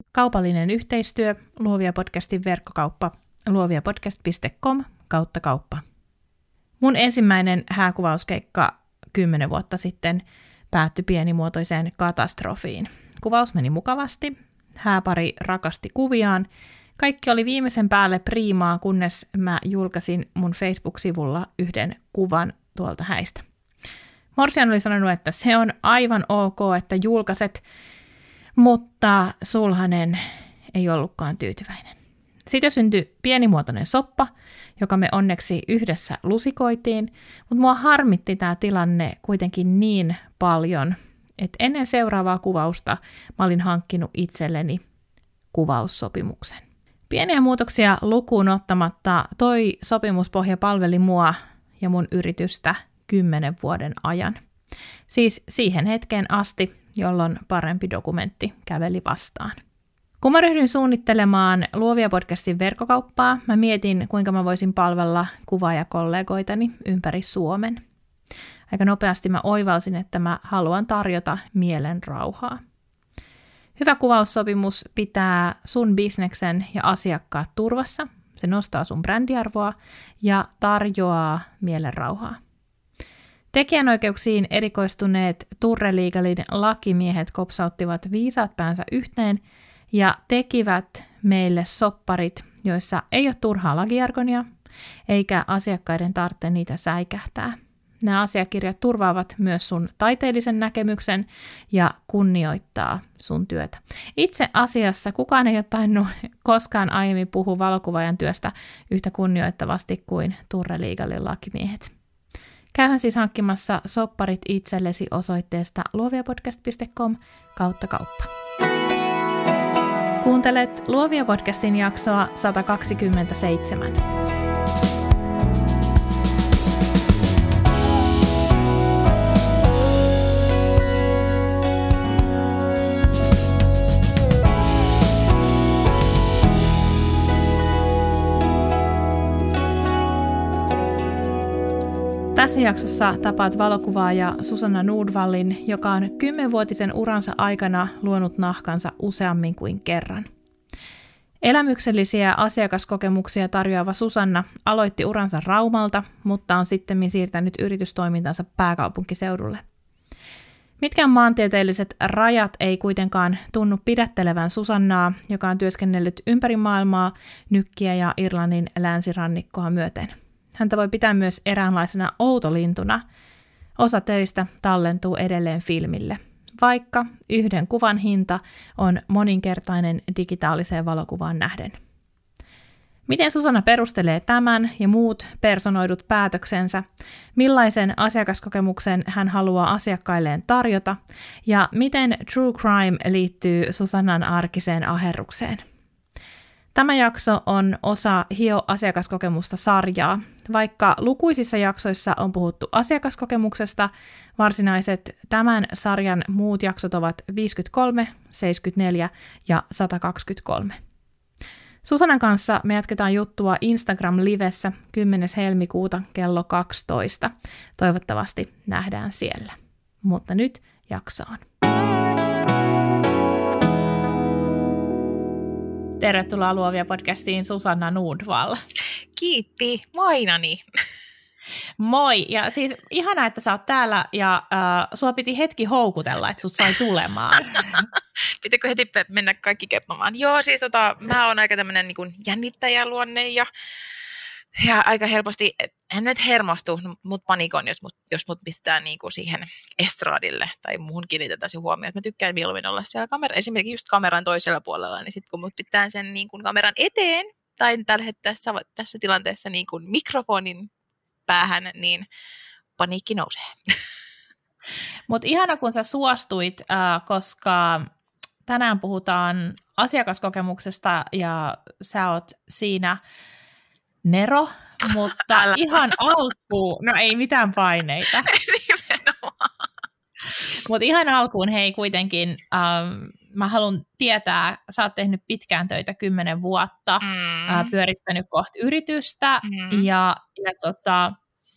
Kaupallinen yhteistyö, Luovia podcastin verkkokauppa, luoviapodcast.com/kauppa. Mun ensimmäinen hääkuvauskeikka 10 vuotta sitten päättyi pienimuotoiseen katastrofiin. Kuvaus meni mukavasti, hääpari rakasti kuviaan, kaikki oli viimeisen päälle priimaa, kunnes mä julkaisin mun Facebook-sivulla yhden kuvan tuolta häistä. Morsian oli sanonut, että se on aivan ok, että julkaiset, mutta sulhanen ei ollutkaan tyytyväinen. Siitä syntyi pienimuotoinen soppa, joka me onneksi yhdessä lusikoitiin, mutta mua harmitti tämä tilanne kuitenkin niin paljon, että ennen seuraavaa kuvausta mä olin hankkinut itselleni kuvaussopimuksen. Pieniä muutoksia lukuun ottamatta toi sopimuspohja palveli mua ja mun yritystä 10 vuoden ajan. Siis siihen hetkeen asti, jolloin parempi dokumentti käveli vastaan. Kun mä ryhdyin suunnittelemaan Luovia podcastin verkkokauppaa, mä mietin, kuinka mä voisin palvella kuvaajakollegoitani ympäri Suomen. Aika nopeasti mä oivalsin, että mä haluan tarjota mielen rauhaa. Hyvä kuvaussopimus pitää sun bisneksen ja asiakkaat turvassa, se nostaa sun brändiarvoa ja tarjoaa mielen rauhaa. Tekijänoikeuksiin erikoistuneet Turre Legalin lakimiehet kopsauttivat viisaat päänsä yhteen ja tekivät meille sopparit, joissa ei ole turhaa lakijargonia, eikä asiakkaiden tarvitse niitä säikähtää. Nämä asiakirjat turvaavat myös sun taiteellisen näkemyksen ja kunnioittaa sun työtä. Itse asiassa kukaan ei ole tainnut koskaan aiemmin puhua valokuvaajan työstä yhtä kunnioittavasti kuin Turre Legalin lakimiehet. Käyhän siis hankkimassa sopparit itsellesi osoitteesta luoviapodcast.com/kauppa. Kuuntelet Luovia podcastin jaksoa 127. Tässä jaksossa tapaat valokuvaaja Susanna Nordvallin, joka on 10-vuotisen uransa aikana luonut nahkansa useammin kuin kerran. Elämyksellisiä asiakaskokemuksia tarjoava Susanna aloitti uransa Raumalta, mutta on sittemmin siirtänyt yritystoimintansa pääkaupunkiseudulle. Mitkään maantieteelliset rajat ei kuitenkaan tunnu pidättelevän Susannaa, joka on työskennellyt ympäri maailmaa Nykkiä ja Irlannin länsirannikkoa myöten. Häntä voi pitää myös eräänlaisena outolintuna. Osa töistä tallentuu edelleen filmille, vaikka yhden kuvan hinta on moninkertainen digitaaliseen valokuvaan nähden. Miten Susanna perustelee tämän ja muut personoidut päätöksensä, millaisen asiakaskokemuksen hän haluaa asiakkailleen tarjota ja miten true crime liittyy Susannan arkiseen aherrukseen. Tämä jakso on osa Hio asiakaskokemusta -sarjaa. Vaikka lukuisissa jaksoissa on puhuttu asiakaskokemuksesta, varsinaiset tämän sarjan muut jaksot ovat 53, 74 ja 123. Susannan kanssa me jatketaan juttua Instagram-livessä 10. helmikuuta kello 12. Toivottavasti nähdään siellä. Mutta nyt jaksoon. Tervetuloa Luovia podcastiin Susanna Nordvall. Kiitti, Mainani. Moi, ja siis ihanaa, että sä oot täällä ja sua piti hetki houkutella, että sut sai tulemaan. Pitikö heti mennä kaikki kertomaan? Joo, siis mä oon aika tämmönen niin kuin jännittäjäluonne ja aika helposti, en nyt hermostu, mut panikon, jos mut pistetään niin kuin siihen estradille tai muuhun kiinnitetään se huomioon. Mä tykkään mieluummin olla siellä esimerkiksi just kameran toisella puolella, niin sitten kun mut pitää sen niin kuin kameran eteen tai tässä tilanteessa niin kuin mikrofonin päähän, niin paniikki nousee. Mutta ihana, kun sä suostuit, koska tänään puhutaan asiakaskokemuksesta ja sä oot siinä nero, mutta ihan alkuun, no ei mitään paineita. Mutta ihan alkuun hei kuitenkin, mä haluan tietää, sä oot tehnyt pitkään töitä 10 vuotta, pyörittänyt kohta yritystä ja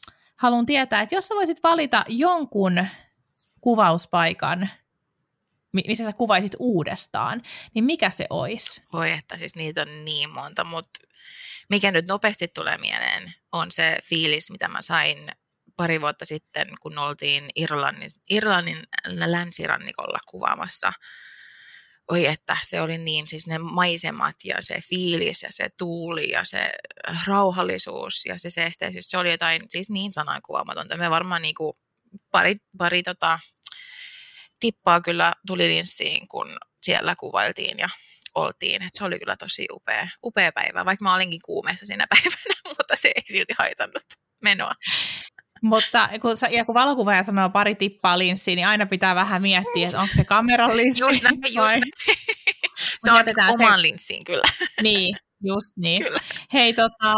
haluan tietää, että jos sä voisit valita jonkun kuvauspaikan missä sä kuvaisit uudestaan, niin mikä se olisi? Voi että siis niitä on niin monta, mutta mikä nyt nopeasti tulee mieleen on se fiilis, mitä mä sain pari vuotta sitten, kun oltiin Irlannin länsirannikolla kuvaamassa. Oi että se oli niin, siis ne maisemat ja se fiilis ja se tuuli ja se rauhallisuus ja se seesteisyys, se oli jotain siis niin sanakuvaamatonta. Me varmaan niinku pari tippaa kyllä tuli linssiin, kun siellä kuvailtiin ja oltiin. Et se oli kyllä tosi upea päivä, vaikka mä olinkin kuumeessa siinä päivänä, mutta se ei silti haitannut menoa. Mutta kun valokuvaaja sanoo pari tippaa linssiin, niin aina pitää vähän miettiä, että onko se kameran linssi. Just näin. Se on oman linssiin kyllä. Niin, just niin. Kyllä. Hei,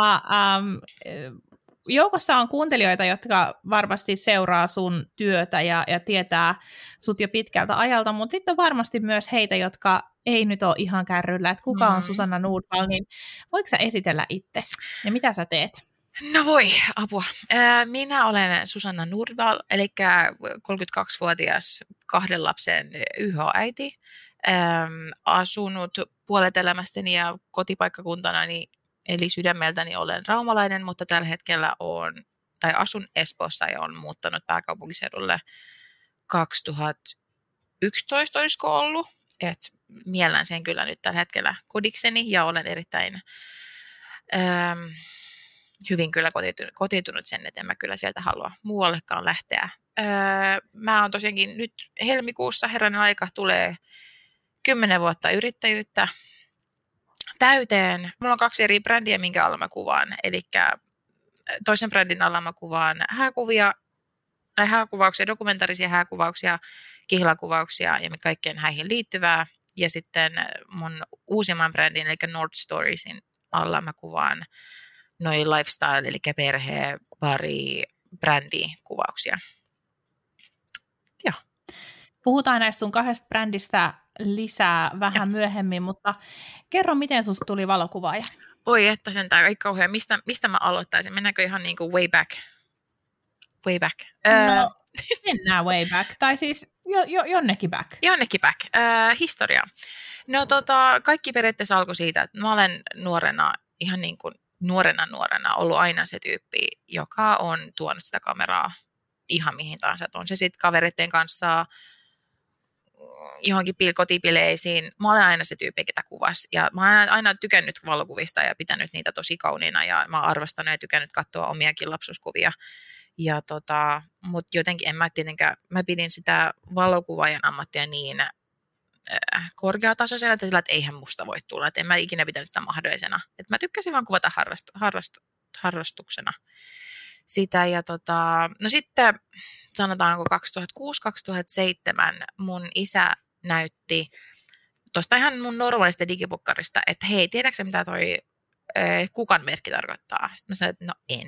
joukossa on kuuntelijoita, jotka varmasti seuraa sun työtä ja tietää sut jo pitkältä ajalta, mutta sitten on varmasti myös heitä, jotka ei nyt ole ihan kärryllä, että kuka on Susanna Nordvall, niin voiko sä esitellä itsesi ja mitä sä teet? No voi, apua. Minä olen Susanna Nordvall, eli 32-vuotias 2 lapsen YH-äiti, asunut puolet elämästäni ja kotipaikkakuntanani, eli sydämeltäni olen raumalainen, mutta tällä hetkellä asun Espoossa ja olen muuttanut pääkaupunkiseudulle 2011 olisiko ollut. Et miellän sen kyllä nyt tällä hetkellä kodikseni ja olen erittäin hyvin kyllä kotiutunut sen, että en mä kyllä sieltä halua muuallekaan lähteä. Mä oon tosiaankin nyt helmikuussa, herranen aika, tulee 10 vuotta yrittäjyyttä täyteen. Mulla on 2 eri brändiä, minkä alla mä kuvaan. Eli toisen brändin alla mä kuvaan hääkuvauksia, dokumentaarisia hääkuvauksia, kihlakuvauksia ja kaikkeen häihin liittyvää. Ja sitten mun uusimman brändin, eli Nord Storiesin alla mä kuvaan noin lifestyle, eli perhe, pari, brändikuvauksia. Joo. Puhutaan näistä sun 2 brändistä lisää vähän myöhemmin, mutta kerro, miten susta tuli valokuvaaja? Oi, että sentään aika kauhean. Mistä mä aloittaisin? Mennäänkö ihan niin kuin way back? Way back. No, mennään way back. Tai siis jonnekin back. Jonnekin back. Historia. No kaikki periaatteessa alkoi siitä, että mä olen ihan niin kuin nuorena ollut aina se tyyppi, joka on tuonut sitä kameraa ihan mihin tahansa. On se sitten kavereiden kanssa johonkin kotipileisiin. Mä olen aina se tyyppi, ketä kuvasi. Ja mä oon aina tykännyt valokuvista ja pitänyt niitä tosi kauniina. Ja mä oon arvostanut ja tykännyt katsoa omiakin lapsuuskuvia. Ja mutta jotenkin mä pidin sitä valokuvaajan ammattia niin korkeatasoisena, että eihän musta voi tulla. Että en mä ikinä pitänyt sitä mahdollisena. Että mä tykkäsin vaan kuvata harrastuksena sitä. Ja no sitten sanotaanko 2006-2007 mun isä näytti tuosta ihan mun normaalista digipukkarista, että hei, tiedätkö mitä toi kukan merkki tarkoittaa? Sitten mä sanoin, että no en.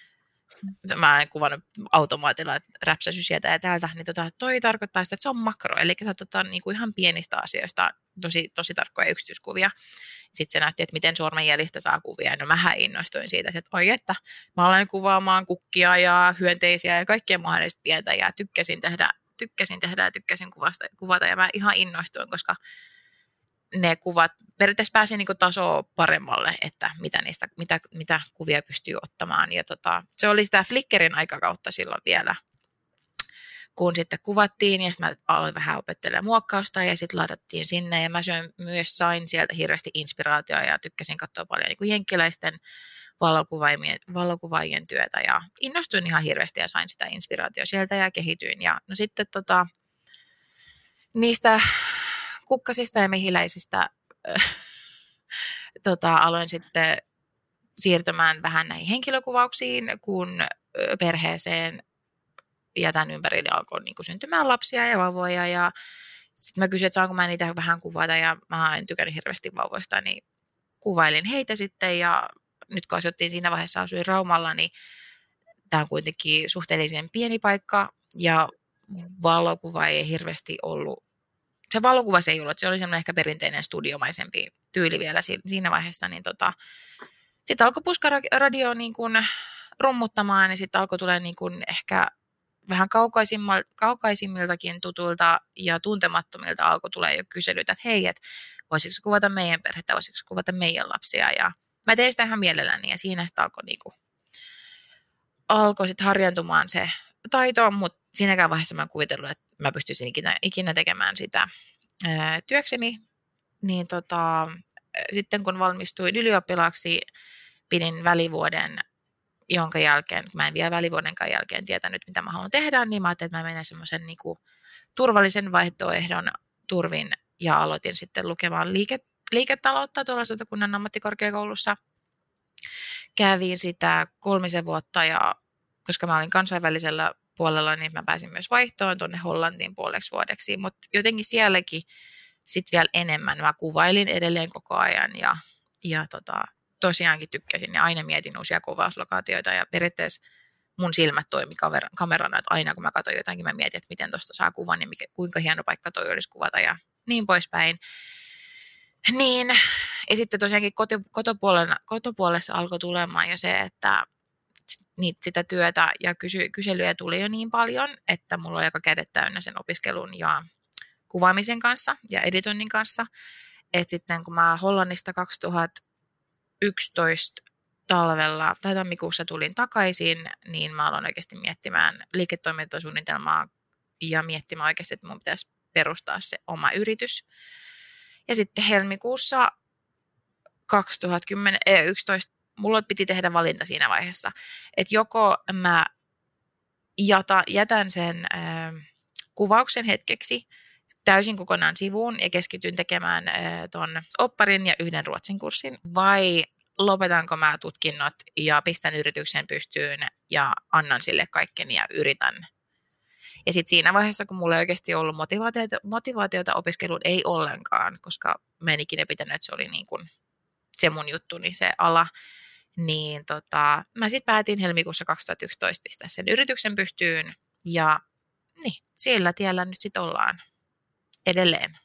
Mä en kuvannut automaatilla, että räpsäsy sieltä ja täältä, niin toi tarkoittaa sitä, että se on makro, eli sä niinku ihan pienistä asioista tosi tarkkoja yksityiskuvia. Sitten se näytti, että miten sormenjälistä saa kuvia, no mähän innostuin siitä, että oi, että mä aloin kuvaamaan kukkia ja hyönteisiä ja kaikkea mahdollista pientä ja tykkäsin tehdä ja tykkäsin kuvata ja mä ihan innostuin, koska ne kuvat, periaatteessa pääsin niin tasoa paremmalle, että mitä kuvia pystyy ottamaan. Ja se oli sitä Flickerin aikakautta silloin vielä, kun sitten kuvattiin ja sitten mä aloin vähän opettelemaan muokkausta ja sitten ladattiin sinne. Ja mä myös sain sieltä hirveästi inspiraatioa ja tykkäsin katsoa paljon niin kuin jenkkiläisten valokuvaajien työtä. Ja innostuin ihan hirveästi ja sain sitä inspiraatiota sieltä ja kehityin. Ja no sitten niistä kukkasista ja mehiläisistä aloin sitten siirtymään vähän näihin henkilökuvauksiin, kun perheeseen ja tämän ympärille alkoi niin kuin syntymään lapsia ja vauvoja. Ja sitten mä kysyin, että saanko mä niitä vähän kuvata, ja mä en tykännyt hirveästi vauvoista, niin kuvailin heitä sitten. Ja nyt kun asuttiin siinä vaiheessa, asuin Raumalla, niin tämä on kuitenkin suhteellisen pieni paikka, ja valokuva ei hirveästi ollut. Se valokuva se ei ollut, se oli semmoinen ehkä perinteinen studiomaisempi tyyli vielä siinä vaiheessa, niin sitten alkoi puskaradio niin kuin rummuttamaan, niin sitten alkoi tulla niin kuin ehkä vähän kaukaisimmiltakin tutulta ja tuntemattomilta alkoi tulla jo kyselyitä, että hei, että voisiko kuvata meidän perhettä, voisiko kuvata meidän lapsia. Ja mä tein sitä ihan mielelläni ja siinä sitten alkoi sitten harjantumaan se taito, mutta siinäkään vaiheessa mä en kuvitellut, että mä pystyisin ikinä tekemään sitä työkseni. Niin sitten kun valmistuin ylioppilaaksi, pidin välivuoden, jonka jälkeen, kun mä en vielä välivuodenkaan jälkeen tietänyt, mitä mä haluan tehdä, niin mä ajattelin, että mä menen semmoisen niin kuin turvallisen vaihtoehdon turvin ja aloitin sitten lukemaan liiketaloutta tuolla Satakunnan ammattikorkeakoulussa. Kävin sitä 3 vuotta ja koska mä olin kansainvälisellä puolella, niin mä pääsin myös vaihtoon tuonne Hollantiin 5 vuodeksi, mutta jotenkin sielläkin sitten vielä enemmän. Mä kuvailin edelleen koko ajan ja tosiaankin tykkäsin ja aina mietin uusia kuvauslokaatioita ja periaatteessa mun silmät toimi kamerana, että aina kun mä katsoin jotakin, mä mietin, että miten tuosta saa kuvan ja kuinka hieno paikka toi olisi kuvata ja niin poispäin. Niin, ja sitten tosiaankin kotopuolessa alkoi tulemaan jo se, että sitä työtä ja kyselyjä tuli jo niin paljon, että mulla oli aika kädet täynnä sen opiskelun ja kuvaamisen kanssa ja editoinnin kanssa. Että sitten kun mä Hollannista 2011 talvella tai tammikuussa tulin takaisin, niin mä aloin oikeasti miettimään liiketoimintasuunnitelmaa ja miettimään oikeasti, että mun pitäisi perustaa se oma yritys. Ja sitten helmikuussa 2011 mulla piti tehdä valinta siinä vaiheessa, että joko mä jätän sen kuvauksen hetkeksi täysin kokonaan sivuun ja keskityn tekemään ton opparin ja 1 ruotsin kurssin, vai lopetanko mä tutkinnot ja pistän yrityksen pystyyn ja annan sille kaikkeni ja yritän. Ja sitten siinä vaiheessa, kun mulla ei oikeasti ollut motivaatiota opiskeluun, ei ollenkaan, koska mä en ikinä pitänyt, että se oli niin kuin se mun juttu, niin se ala, niin mä sitten päätin helmikuussa 2011 pistää sen yrityksen pystyyn ja niin, sillä tiellä nyt sitten ollaan edelleen.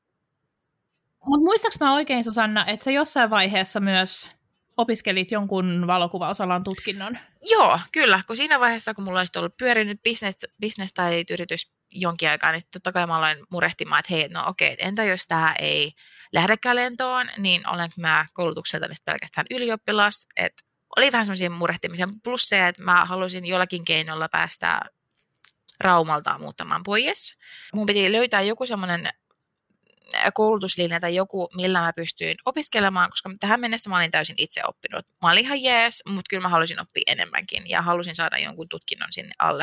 Mutta muistaaks mä oikein, Susanna, että sä jossain vaiheessa myös opiskelit jonkun valokuvausalan tutkinnon? Joo, kyllä. Kun siinä vaiheessa, kun mulla olisi ollut pyörinyt business tai yritys jonkin aikaa, niin totta kai mä aloin murehtimaan, että hei, no okei, entä jos tämä ei lähdekään lentoon, niin olenko mä koulutukselta pelkästään ylioppilas, että oli vähän semmoisia murehtimisen plusseja, että mä halusin jollakin keinolla päästä Raumalta muuttamaan pois. Mun piti löytää joku semmoinen koulutuslinja tai joku, millä mä pystyin opiskelemaan, koska tähän mennessä mä olin täysin itse oppinut. Mä olin ihan jees, mutta kyllä mä halusin oppia enemmänkin ja halusin saada jonkun tutkinnon sinne alle.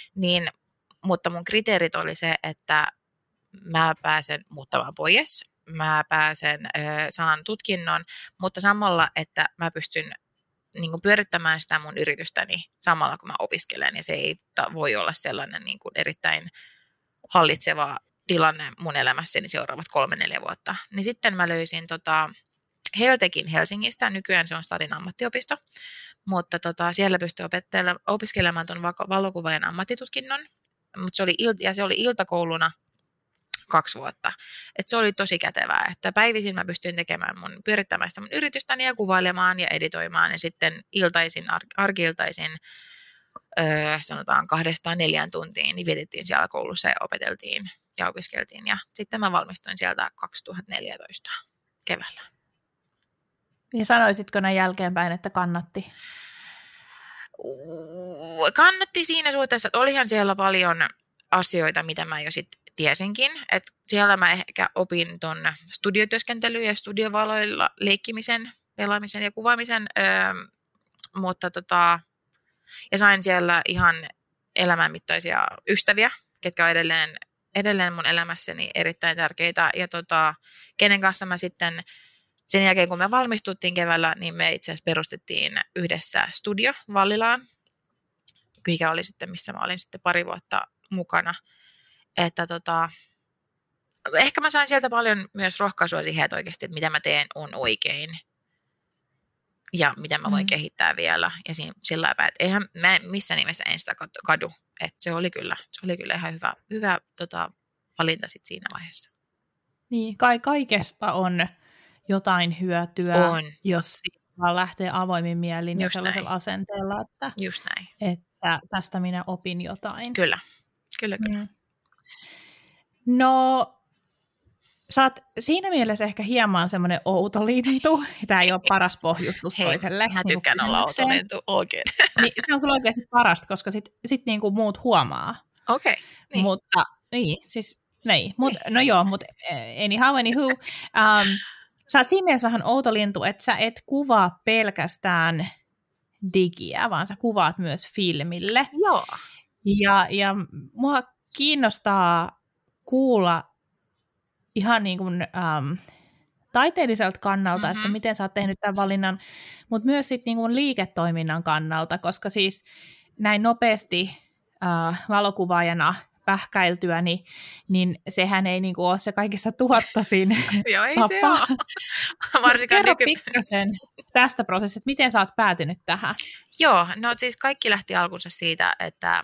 Mutta mun kriteerit oli se, että mä pääsen muuttamaan pois, mä saan tutkinnon, mutta samalla, että mä pystyn niin kuin pyörittämään sitä mun yritystäni samalla, kun mä opiskelen, ja se ei voi olla sellainen niin kuin erittäin hallitseva tilanne mun elämässäni seuraavat 3-4 vuotta. Niin sitten mä löysin Heltekin Helsingistä, nykyään se on Stadin ammattiopisto, mutta siellä pystyi opiskelemaan tuon valokuvaajan ammattitutkinnon, mutta se oli iltakouluna 2 vuotta. Et se oli tosi kätevää, että päivisin mä pystyin pyörittämään sitä mun yritystäni ja kuvailemaan ja editoimaan, ja sitten arki-iltaisin sanotaan 2-4 tuntiin, niin vietettiin siellä koulussa ja opeteltiin ja opiskeltiin, ja sitten mä valmistuin sieltä 2014 keväällä. Ja sanoisitko näin jälkeenpäin, että kannatti? Kannatti siinä suhteessa, että olihan siellä paljon asioita, mitä mä jo sitten tiesinkin, että siellä mä ehkä opin ton studiotyöskentelyn ja studiovaloilla leikkimisen, pelaamisen ja kuvaamisen, mutta ja sain siellä ihan elämänmittaisia ystäviä, ketkä on edelleen mun elämässäni erittäin tärkeitä, ja kenen kanssa mä sitten sen jälkeen, kun me valmistuttiin keväällä, niin me itse asiassa perustettiin yhdessä studio Vallilaan, mikä oli sitten, missä mä olin sitten 2 vuotta mukana. Että ehkä mä sain sieltä paljon myös rohkaisua siihen, että oikeasti, että mitä mä teen on oikein ja mitä mä voin kehittää vielä. Ja sillä lailla, että eihän mä missään nimessä en sitä kadu. Että se oli kyllä ihan hyvä valinta sit siinä vaiheessa. Niin, kaikesta on jotain hyötyä, jos vaan lähtee avoimin mielin ja sellaisella asenteella, että, just näin. että tästä minä opin jotain. Kyllä. No, sä oot siinä mielessä ehkä hieman semmoinen outo lintu. Tämä ei ole paras pohjustus toiselle. Mä tykkään olla outo lintu oikein. Niin, se on kyllä oikeasti parasta, koska sit niinku muut huomaa. Okei. Niin. Mutta, mutta anywho. Sä oot siinä mielessä vähän outo lintu, että sä et kuvaa pelkästään digiä, vaan sä kuvaat myös filmille. Joo. Ja mua kiinnostaa kuulla ihan niin kuin, taiteelliselta kannalta, että miten sä oot tehnyt tämän valinnan, mutta myös sit niin kuin liiketoiminnan kannalta, koska siis näin nopeasti valokuvaajana pähkäiltyä, niin sehän ei niin kuin ole se kaikista tuottoisin Joo, ei tapa. se ole. Varsinkaan kerro pikkasen tästä prosessista, että miten sä oot päätynyt tähän? Joo, no siis kaikki lähti alkunsa siitä, että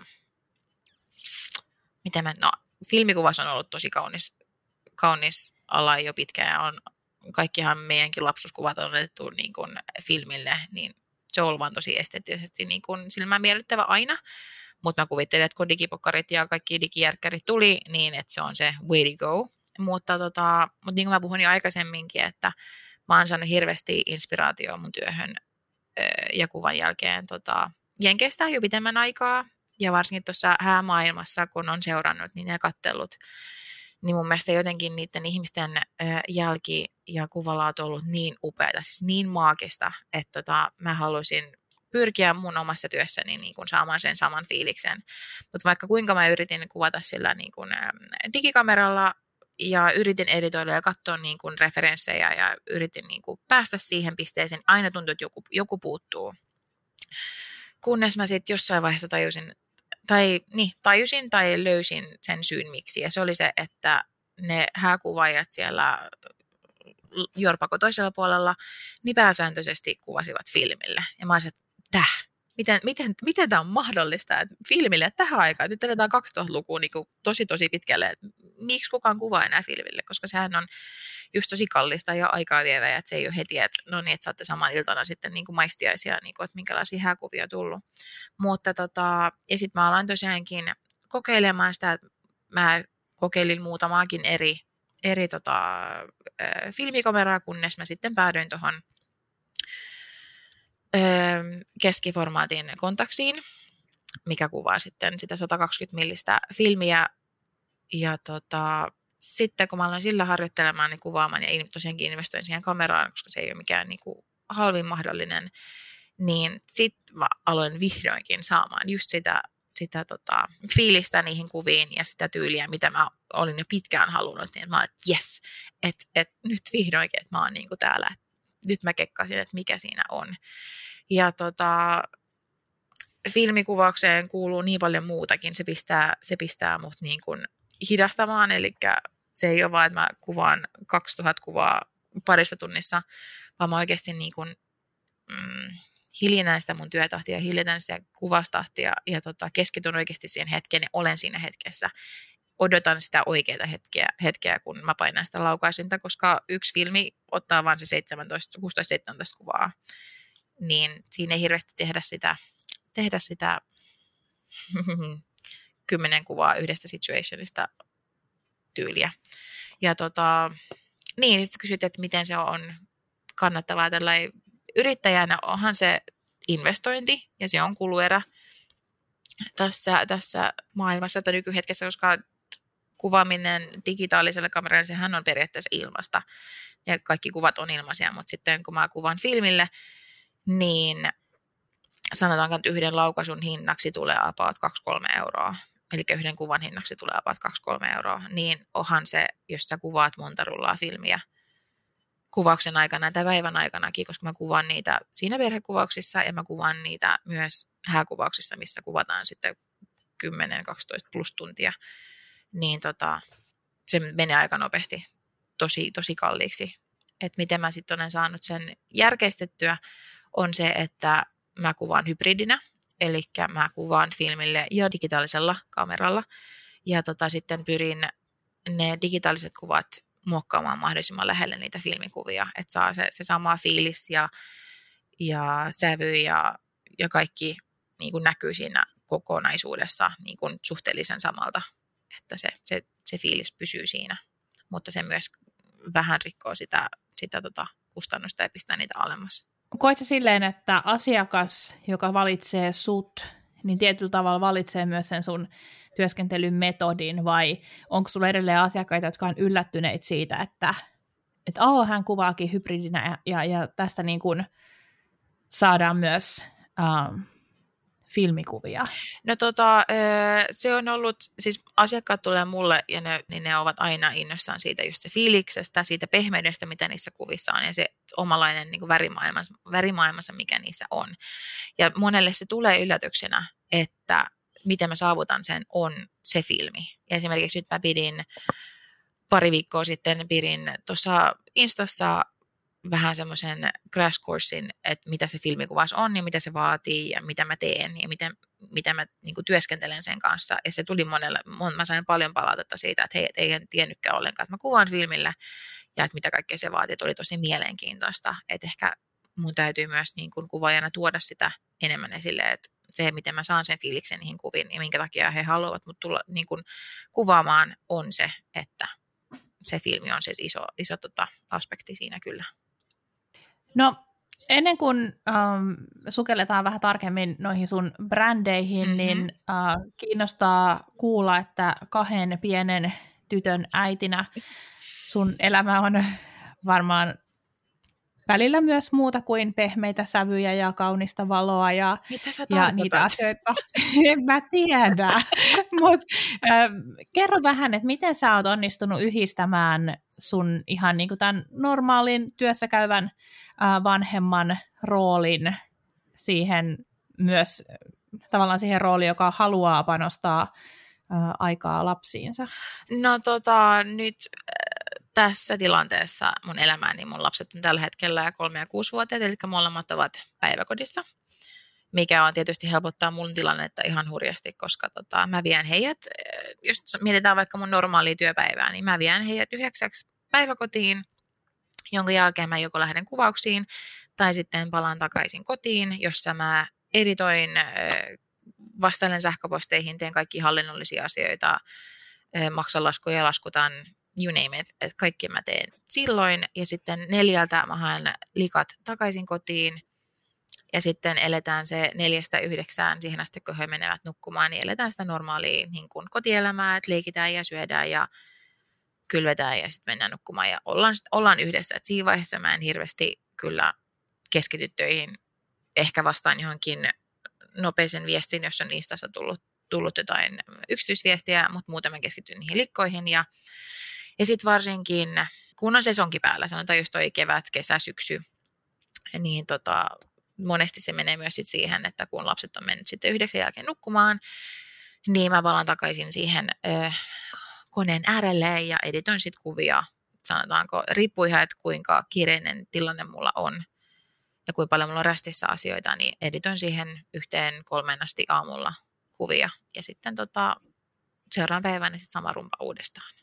filmikuvaus on ollut tosi kaunis ala jo pitkään ja kaikkihan meidänkin lapsuuskuvat on otettu niin kuin filmille, niin se on ollut vaan tosi esteettisesti niin kuin silmään miellyttävä aina. Mutta mä kuvittelin, että kun digipokkarit ja kaikki digijärkkärit tuli, niin että se on se way to go. Mutta niin kuin mä puhun jo aikaisemminkin, että mä oon saanut hirveästi inspiraatioa mun työhön ja kuvan jälkeen Jenkeistä jo pitemmän aikaa. Ja varsinkin tuossa häämaailmassa, kun on seurannut niin ja kattellut, niin mun mielestä jotenkin niiden ihmisten jälki ja kuvalaatu on ollut niin upeata, siis niin maagista, että mä haluaisin pyrkiä mun omassa työssäni niin kuin saamaan sen saman fiiliksen. Mutta vaikka kuinka mä yritin kuvata sillä niin kuin digikameralla ja yritin editoida ja katsoa niin kuin referenssejä ja yritin niin kuin päästä siihen pisteeseen, aina tuntui, että joku puuttuu. Kunnes mä sitten jossain vaiheessa tajusin tai löysin sen syyn miksi. Ja se oli se, että ne hääkuvaajat siellä Jorpako toisella puolella niin pääsääntöisesti kuvasivat filmille. Ja mä olisin, että miten tämä on mahdollista, että filmille tähän aikaan, nyt eletään 2000-lukuun niin tosi pitkälle, että miksi kukaan kuvaa enää filmille, koska sehän on just tosi kallista ja aikaa vievää, että se ei ole heti, että no niin, että saatte saman iltana sitten niin kuin maistiaisia, niin kuin, että minkälaisia hääkuvia on tullut. Mutta ja sitten mä aloin tosiaankin kokeilemaan sitä, että mä kokeilin muutamaakin eri filmikameraa, kunnes mä sitten päädyin tuohon keskiformaatin kontaksiin, mikä kuvaa sitten sitä 120 millistä filmiä. Ja sitten kun mä aloin sillä harjoittelemaan niin kuvaamaan ja tosiaankin investoin siihen kameraan, koska se ei ole mikään niin kuin halvin mahdollinen, niin sitten mä aloin vihdoinkin saamaan just sitä fiilistä niihin kuviin ja sitä tyyliä, mitä mä olin jo pitkään halunnut, niin mä olin, että jes, että nyt vihdoinkin, että mä oon niin kuin täällä, että nyt mä kekkasin, että mikä siinä on. Ja filmikuvaukseen kuuluu niin paljon muutakin, se pistää mut niin kuin hidastamaan, eli se ei ole vaan, että mä kuvaan 2000 kuvaa parissa tunnissa, vaan mä oikeasti niin kuin, hiljennän sitä mun työtahtia, hiljennän sitä kuvastahtia ja keskityn oikeasti siihen hetkeen ja olen siinä hetkessä. Odotan sitä oikeaa hetkeä, kun mä painan sitä laukaisinta, koska yksi filmi ottaa vain se 16-17 kuvaa, niin siinä ei hirveästi tehdä sitä 10 kuvaa yhdestä situationista tyyliä. Ja niin, sitten kysyt, että miten se on kannattavaa tällainen yrittäjänä, onhan se investointi ja se on kuluerä tässä maailmassa tai nykyhetkessä, koska kuvaaminen digitaalisella kameralla, sehän on periaatteessa ilmasta ja kaikki kuvat on ilmaisia, mutta sitten kun mä kuvaan filmille, niin sanotaanko, että yhden laukaisun hinnaksi tulee about 2-3 euroa, eli yhden kuvan hinnaksi tulee about 2-3 euroa, niin onhan se, jos sä kuvaat monta rullaa filmiä kuvauksen aikana tai päivän aikanakin, koska mä kuvaan niitä siinä perhekuvauksissa ja mä kuvaan niitä myös hääkuvauksissa, missä kuvataan sitten 10-12 plus tuntia, niin se menee aika nopeasti tosi kalliiksi. Et miten mä sitten olen saanut sen järkeistettyä on se, että mä kuvaan hybridinä, eli mä kuvaan filmille ja digitaalisella kameralla ja sitten pyrin ne digitaaliset kuvat muokkaamaan mahdollisimman lähelle niitä filmikuvia, että saa se sama fiilis ja sävy ja kaikki niin kuin näkyy siinä kokonaisuudessa niin kuin suhteellisen samalta, että se fiilis pysyy siinä, mutta se myös vähän rikkoo sitä kustannusta ja pistää niitä alemmas. Koet sä silleen, että asiakas, joka valitsee sut, niin tietyllä tavalla valitsee myös sen sun työskentelyn metodin, vai onko sulla edelleen asiakkaita, jotka on yllättyneitä siitä, että hän kuvaakin hybridinä ja tästä niin kuin saadaan myös filmikuvia? No se on ollut, siis asiakkaat tulee mulle ja ne ovat aina innoissaan siitä just se fiiliksestä, siitä pehmeydestä, mitä niissä kuvissa on ja se omalainen niin kuin värimaailmansa, mikä niissä on. Ja monelle se tulee yllätyksenä, että miten mä saavutan sen, on se filmi. Ja esimerkiksi nyt mä pari viikkoa sitten tuossa Instassa vähän semmoisen crash coursein, että mitä se filmikuvaus on ja mitä se vaatii ja mitä mä teen ja mitä mä niin kuin työskentelen sen kanssa. Ja se tuli mä sain paljon palautetta siitä, että hei, ei tiennytkään ollenkaan, että mä kuvaan filmillä ja että mitä kaikkea se vaatii. Oli tosi mielenkiintoista, että ehkä mun täytyy myös niin kuin kuvaajana tuoda sitä enemmän esille, että se, miten mä saan sen fiiliksen niihin kuviin ja minkä takia he haluavat mut tulla niin kuin kuvaamaan, on se, että se filmi on se iso aspekti siinä kyllä. No, ennen kuin sukelletaan vähän tarkemmin noihin sun brändeihin, niin kiinnostaa kuulla, että 2 pienen tytön äitinä sun elämä on varmaan välillä myös muuta kuin pehmeitä sävyjä ja kaunista valoa ja niitä asioita. En mä tiedä. Mutta kerro vähän, että miten sä oot onnistunut yhdistämään sun ihan niin kuin tämän normaalin työssäkäyvän vanhemman roolin siihen myös tavallaan siihen rooliin, joka haluaa panostaa aikaa lapsiinsa? No nyt tässä tilanteessa mun elämään, niin mun lapset on tällä hetkellä 3- ja 6-vuotiaat, eli molemmat ovat päiväkodissa, mikä on tietysti helpottaa mun tilannetta ihan hurjasti, koska mä vien heidät, jos mietitään vaikka mun normaalia työpäivää, niin mä vien heidät 9 päiväkotiin, jonka jälkeen mä joko lähden kuvauksiin, tai sitten palaan takaisin kotiin, jossa mä editoin, vastailen sähköposteihin, teen kaikki hallinnollisia asioita, maksan laskuja ja laskutan, you name it, että kaikki mä teen silloin, ja sitten 4 mä haen likat takaisin kotiin, ja sitten eletään se 4-9 siihen asti, kun he menevät nukkumaan, niin eletään sitä normaalia niin kuin kotielämää, että leikitään ja syödään ja kylvetään ja sitten mennään nukkumaan ja ollaan yhdessä. Et siinä vaiheessa mä en hirveästi kyllä keskity töihin, ehkä vastaan johonkin nopeisen viestin, jos on Instassa tullut jotain yksityisviestiä, mutta muuten mä keskityn niihin likkoihin ja sitten varsinkin, kun on sesonki päällä, sanotaan just toi kevät, kesä, syksy, niin monesti se menee myös sit siihen, että kun lapset on mennyt sitten 9 jälkeen nukkumaan, niin mä palaan takaisin siihen koneen äärelle ja editoin sitten kuvia, sanotaanko, riippuu ihan, että kuinka kiireinen tilanne mulla on ja kuinka paljon mulla on rästissä asioita, niin editoin siihen 1-3 asti aamulla kuvia ja sitten seuraavan päivänä sitten sama rumpa uudestaan.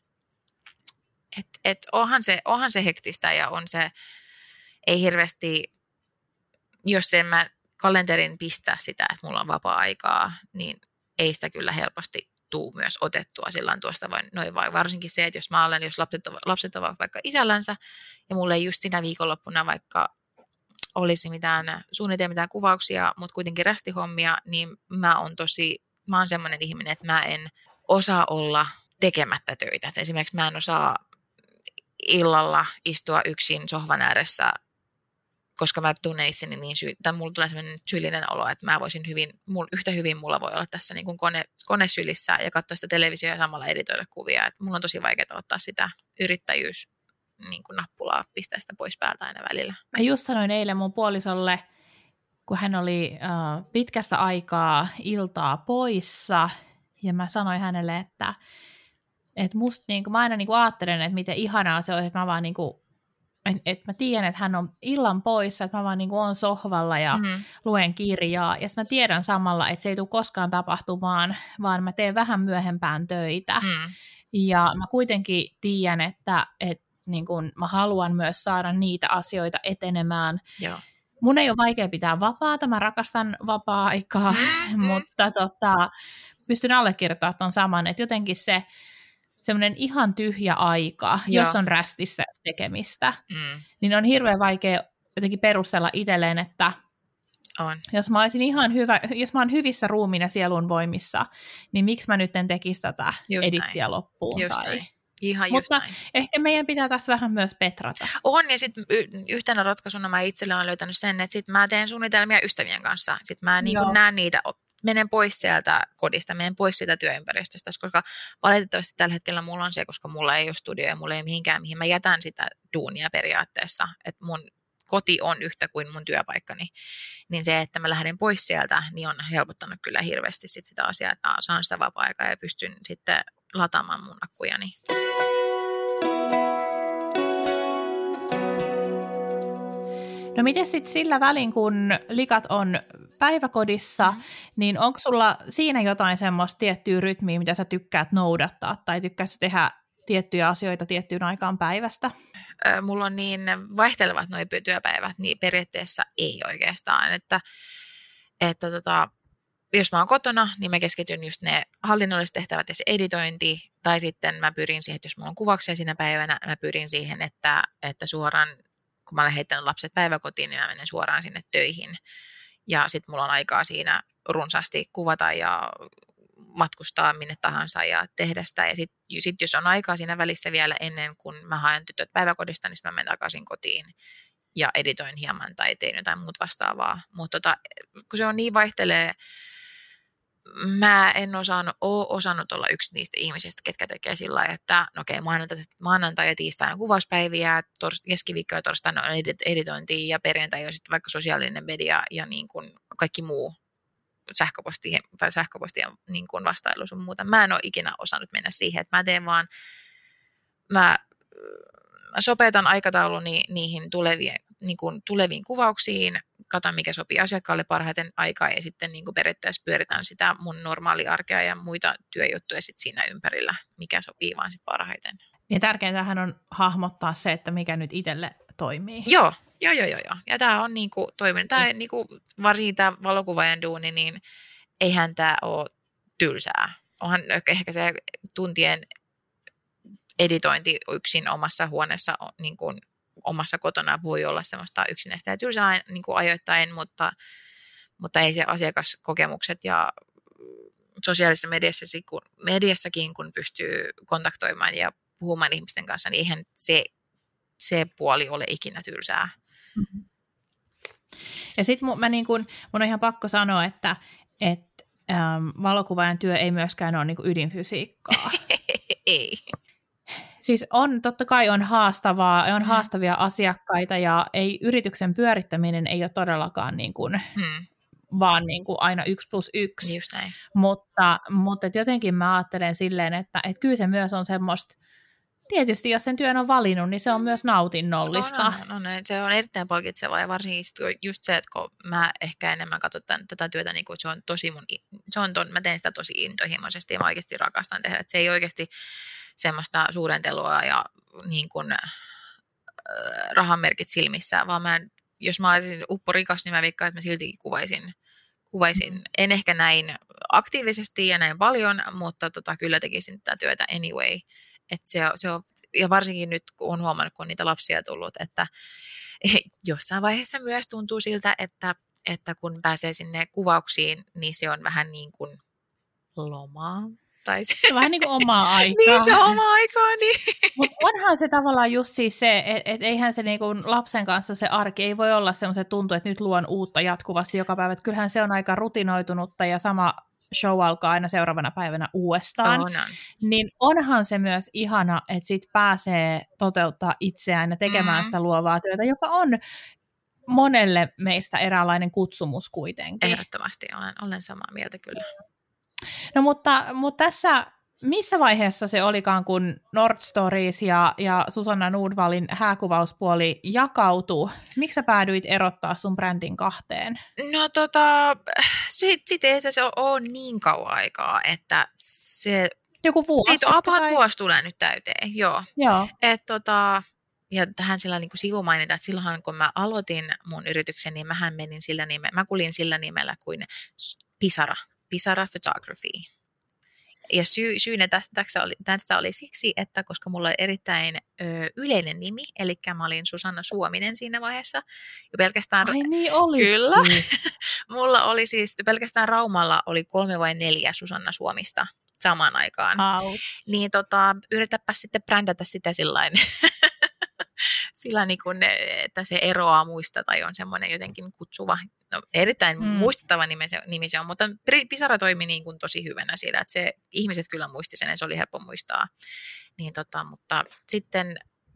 Onhan se hektistä ja on se, ei hirveästi, jos en mä kalenterin pistä sitä, että mulla on vapaa-aikaa, niin ei sitä kyllä helposti tuu myös otettua silloin tuosta noin vai varsinkin se, että jos lapset ovat vaikka isällänsä ja mulla ei just siinä viikonloppuna vaikka olisi mitään kuvauksia, mutta kuitenkin rästihommia, niin mä oon semmoinen ihminen, että mä en osaa olla tekemättä töitä. Et esimerkiksi mä en osaa illalla istua yksin sohvan ääressä, koska mä tunnen itseni tai mulla tulee sellainen syyllinen olo, että mä voisin yhtä hyvin mulla voi olla tässä niin kuin kone sylissä ja katsoa sitä televisiota ja samalla editoida kuvia. Et mulla on tosi vaikeaa ottaa sitä yrittäjyys niin kuin nappulaa, pistää sitä pois päältä aina välillä. Mä just sanoin eilen mun puolisolle, kun hän oli pitkästä aikaa iltaa poissa, ja mä sanoin hänelle, että musta niinku, mä aina niinku ajattelen, että miten ihanaa se on, että mä vaan niinku, että mä tiedän, että hän on illan poissa, että mä vaan niinku on sohvalla ja luen kirjaa, ja sitten mä tiedän samalla, että se ei tule koskaan tapahtumaan, vaan mä teen vähän myöhempään töitä, ja mä kuitenkin tiedän, että niin kun mä haluan myös saada niitä asioita etenemään. Joo. Mun ei ole vaikea pitää vapaata, mä rakastan vapaa-aikaa, mutta pystyn allekirjoittamaan ton saman, että jotenkin se semmoinen ihan tyhjä aika, jos on rästissä tekemistä, niin on hirveän vaikea jotenkin perustella itselleen, että jos mä olisin ihan hyvä, jos mä oon hyvissä ruumiin ja sielun voimissa, niin miksi mä nyt en tekisi tätä edittiä loppuun? Mutta näin. Ehkä meidän pitää tässä vähän myös petrata. On, ja sitten yhtenä ratkaisuna mä itselle olen löytänyt sen, että sit mä teen suunnitelmia ystävien kanssa. Sitten mä näen niitä, menen pois sieltä kodista, menen pois siitä työympäristöstä, koska valitettavasti tällä hetkellä mulla on se, koska mulla ei ole studioja, mulla ei ole mihinkään, mihin mä jätän sitä duunia periaatteessa, että mun koti on yhtä kuin mun työpaikkani, niin se, että mä lähden pois sieltä, niin on helpottanut kyllä hirveästi sitä asiaa, että saan sitä vapaa-aikaa ja pystyn sitten lataamaan mun akkujani. No miten sitten sillä välin, kun likat on päiväkodissa, niin onko sulla siinä jotain semmoista tiettyä rytmiä, mitä sä tykkäät noudattaa, tai tykkäät tehdä tiettyjä asioita tiettyyn aikaan päivästä? Mulla on niin vaihtelevat nuo työpäivät, niin periaatteessa ei oikeastaan, että jos mä oon kotona, niin mä keskityn just ne hallinnolliset tehtävät ja se editointi, tai sitten mä pyrin siihen, että jos mulla on kuvauksia siinä päivänä, mä pyrin siihen, että suoraan, kun mä olen heittänyt lapset päiväkotiin, niin mä menen suoraan sinne töihin. Ja sitten mulla on aikaa siinä runsaasti kuvata ja matkustaa minne tahansa ja tehdä sitä. Ja sitten jos on aikaa siinä välissä vielä ennen kuin mä haen tytöt päiväkodista, niin sitten mä menen takaisin kotiin ja editoin hieman tai tein jotain muuta vastaavaa. Mutta kun se on niin vaihtelee, mä en ole osannut olla yksi niistä ihmisistä, ketkä tekee sillä lailla, että okei, maanantai ja tiistai on kuvauspäiviä, keskiviikko ja torstaina on editointia ja perjantai on sitten vaikka sosiaalinen media ja niin kuin kaikki muu sähköpostien niin kuin vastailu sun muuta. Mä en ole ikinä osannut mennä siihen, että mä sopeutan aikatauluni niihin tuleviin kuvauksiin, katson mikä sopii asiakkaalle parhaiten aikaa ja sitten niin kuin periaatteessa pyöritän sitä mun normaaliarkea ja muita työjuttuja sit siinä ympärillä, mikä sopii vaan sit parhaiten. Ja tärkeintähän on hahmottaa se, että mikä nyt itselle toimii. Joo. Ja tämä on niinku toiminut. Tämä niinku, varsinkin tämä valokuvaajan duuni, niin eihän tämä ole tylsää. Onhan ehkä se tuntien editointi yksin omassa huoneessa, niin kuin omassa kotona voi olla semmoista yksinäistä ja tylsää niin kuin ajoittain, mutta ei se asiakaskokemukset ja sosiaalisessa mediassakin, kun pystyy kontaktoimaan ja puhumaan ihmisten kanssa, niin eihän se puoli ole ikinä tylsää. Ja sitten mun on ihan pakko sanoa, että valokuvaajan työ ei myöskään ole niinku ydinfysiikkaa. Ei. Siis totta kai on haastavaa, on haastavia asiakkaita ja yrityksen pyörittäminen ei ole todellakaan vaan aina 1+1. Just näin. Mutta jotenkin mä ajattelen silleen, että kyllä se myös on semmoista, tietysti jos sen työn on valinnut, niin se on myös nautinnollista. Se on erittäin palkitsevaa ja varsinkin just se, että kun mä ehkä enemmän katson tätä työtä, niin se on tosi mä teen sitä tosi intohimoisesti ja mä oikeasti rakastan tehdä. Että se ei oikeasti semmoista suurentelua ja niin kuin, rahanmerkit silmissä, vaan jos mä olisin upporikas, niin mä veikkaan, että mä siltikin kuvaisin. En ehkä näin aktiivisesti ja näin paljon, mutta kyllä tekisin tätä työtä anyway. Että se on, ja varsinkin nyt, kun on huomannut, kun on niitä lapsia tullut, että jossain vaiheessa myös tuntuu siltä, että kun pääsee sinne kuvauksiin, niin se on vähän niin kuin lomaa. Tai se on vähän niin kuin omaa aikaa. Niin, se on omaa aikaa. Niin. Mutta onhan se tavallaan just siis se, että eihän se niinku lapsen kanssa se arki ei voi olla semmoisen tuntuu, että nyt luon uutta jatkuvasti joka päivä. Että kyllähän se on aika rutinoitunutta ja sama show alkaa aina seuraavana päivänä uudestaan. Niin onhan se myös ihana, että sit pääsee toteuttaa itseään ja tekemään sitä luovaa työtä, joka on monelle meistä eräänlainen kutsumus kuitenkin. Ehdottomasti, olen samaa mieltä kyllä. No mutta tässä, missä vaiheessa se olikaan, kun Nordstories ja Susanna Nordvallin hääkuvauspuoli jakautui? Miksi sä päädyit erottaa sun brändin kahteen? No sitten ei se ole niin kauan aikaa, että se... Joku vuosi. Siitä vuosi tulee nyt täyteen, joo. ja tähän sillä niin kuin sivumaininta, että silloinhan kun mä aloitin mun yrityksen, niin mä kulin sillä nimellä kuin Pisara Photography. Ja syynä tässä oli siksi, että koska mulla oli erittäin yleinen nimi, eli mä olin Susanna Suominen siinä vaiheessa. Ja pelkästään, ai niin oli. Kyllä. Mulla oli siis, pelkästään Raumalla oli 3 vai 4 Susanna Suomista samaan aikaan. Niin yritäpä sitten brändätä sitä sillain. Sillä niin kuin, että se eroaa muista tai on semmoinen jotenkin kutsuva, no, erittäin muistuttava nimi se on, mutta Pisara toimi niin kuin tosi hyvänä siellä, että ihmiset kyllä muisti sen ja se oli helppo muistaa. Niin, mutta sitten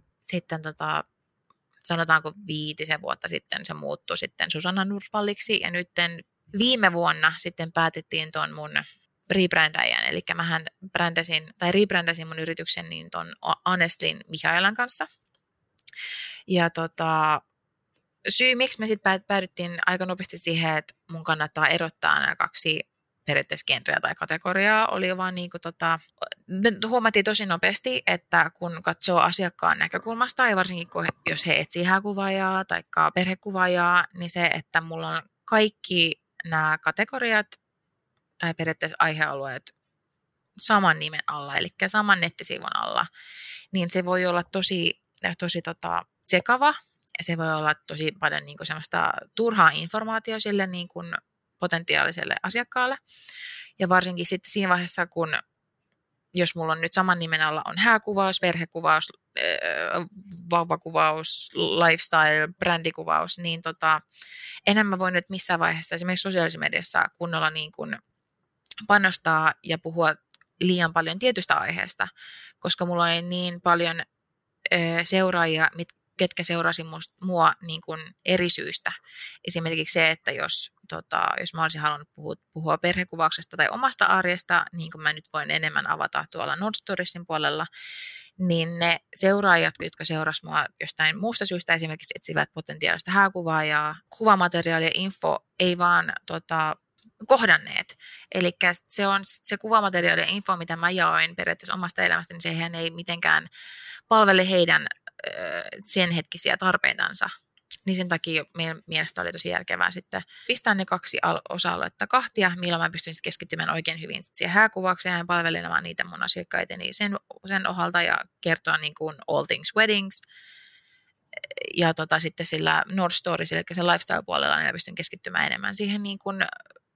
sanotaanko 5 vuotta sitten se muuttui sitten Susanna Nurvalliksi ja nyt viime vuonna sitten päätettiin ton mun rebrändäjän, eli mähän rebrändäsin mun yrityksen niin ton Honestlyn Mihaelan kanssa. Ja syy, miksi me sitten päädyttiin aika nopeasti siihen, että mun kannattaa erottaa nämä 2 periaatteessa genreä tai kategoriaa, oli vaan niin kuin me huomattiin tosi nopeasti, että kun katsoo asiakkaan näkökulmasta, ja varsinkin jos he etsii hääkuvaajaa tai perhekuvaajaa, niin se, että mulla on kaikki nämä kategoriat tai periaatteessa aihealueet saman nimen alla, eli saman nettisivun alla, niin se voi olla tosi sekava, ja se voi olla tosi paljon niin kuin semmoista turhaa informaatiota sille niin kuin potentiaaliselle asiakkaalle. Ja varsinkin sitten siinä vaiheessa, jos mulla on nyt saman nimen alla on hääkuvaus, perhekuvaus, vauvakuvaus, lifestyle, brändikuvaus, niin enhän mä voi nyt missään vaiheessa esimerkiksi sosiaalisessa mediassa kunnolla niin kuin panostaa ja puhua liian paljon tietystä aiheesta, koska mulla on niin paljon seuraajia, ketkä seurasi mua niin kuin eri syystä. Esimerkiksi se, että jos mä olisin halunnut puhua perhekuvauksesta tai omasta arjesta, niin kuin mä nyt voin enemmän avata tuolla Nordstoriesin puolella, niin ne seuraajat, jotka seurasivat mua jostain muusta syystä, esimerkiksi etsivät potentiaalista hääkuvaajaa, kuvamateriaalia, info, ei vaan kohdanneet. Eli se kuvamateriaali ja info, mitä mä jaoin periaatteessa omasta elämästä, niin sehän ei mitenkään palvele heidän sen hetkisiä tarpeitansa. Niin sen takia meidän mielestä oli tosi järkevää sitten pistää ne 2 osa-aluetta kahtia, milloin mä pystyn sitten keskittymään oikein hyvin siihen hääkuvaukseen ja palvelemaan niitä mun asiakkaiteni sen ohalta ja kertoa niin kuin all things weddings. Ja sitten sillä Nordstories, eli sen lifestyle-puolella, niin mä pystyn keskittymään enemmän siihen niin kuin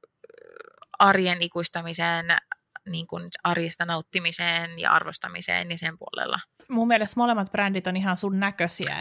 arjen ikuistamiseen, niin kuin arjesta nauttimiseen ja arvostamiseen ja sen puolella. Mun mielestä molemmat brändit on ihan sun näköisiä.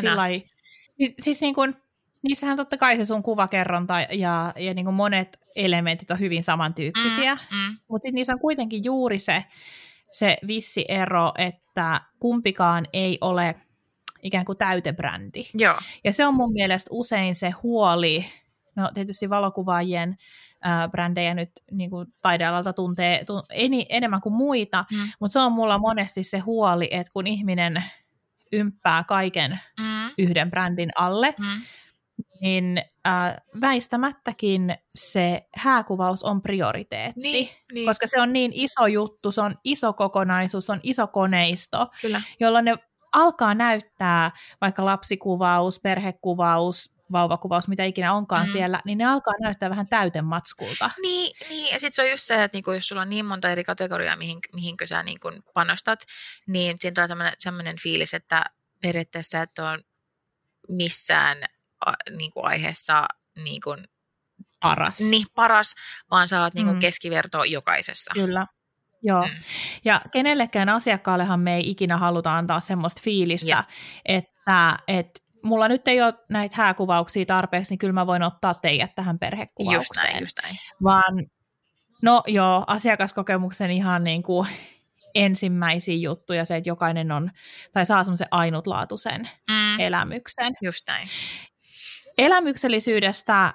Siis niin kuin, niissähän totta kai se sun kuvakerronta ja niin kuin monet elementit on hyvin samantyyppisiä, mutta sitten niissä on kuitenkin juuri se vissi ero, että kumpikaan ei ole ikään kuin täytebrändi. Joo. Ja se on mun mielestä usein se huoli, no tietysti valokuvaajien brändejä nyt niin kuin taidealalta tuntee enemmän kuin muita, mutta se on mulla monesti se huoli, että kun ihminen ymppää kaiken yhden brändin alle, niin väistämättäkin se hääkuvaus on prioriteetti, niin. koska se on niin iso juttu, se on iso kokonaisuus, se on iso koneisto, Kyllä. jolloin ne alkaa näyttää vaikka lapsikuvaus, perhekuvaus, vauvakuvaus, mitä ikinä onkaan siellä, niin ne alkaa näyttää vähän täytematskulta. Niin, ja sitten se on just se, että niinku, jos sulla on niin monta eri kategoriaa, mihinkö sä niinku panostat, niin siinä tulee sellainen fiilis, että periaatteessa et ole missään niinku aiheessa niinku paras, vaan sä oot niinku keskiverto jokaisessa. Kyllä. Joo, ja kenellekään asiakkaallehan me ei ikinä haluta antaa semmoista fiilistä, että mulla nyt ei ole näitä hääkuvauksia tarpeeksi, niin kyllä mä voin ottaa teidät tähän perhekuvaukseen. Just näin. Vaan, no joo, asiakaskokemuksen ihan niin kuin ensimmäisiä juttuja se, että jokainen on, tai saa semmoisen ainutlaatuisen elämyksen. Just näin. Elämyksellisyydestä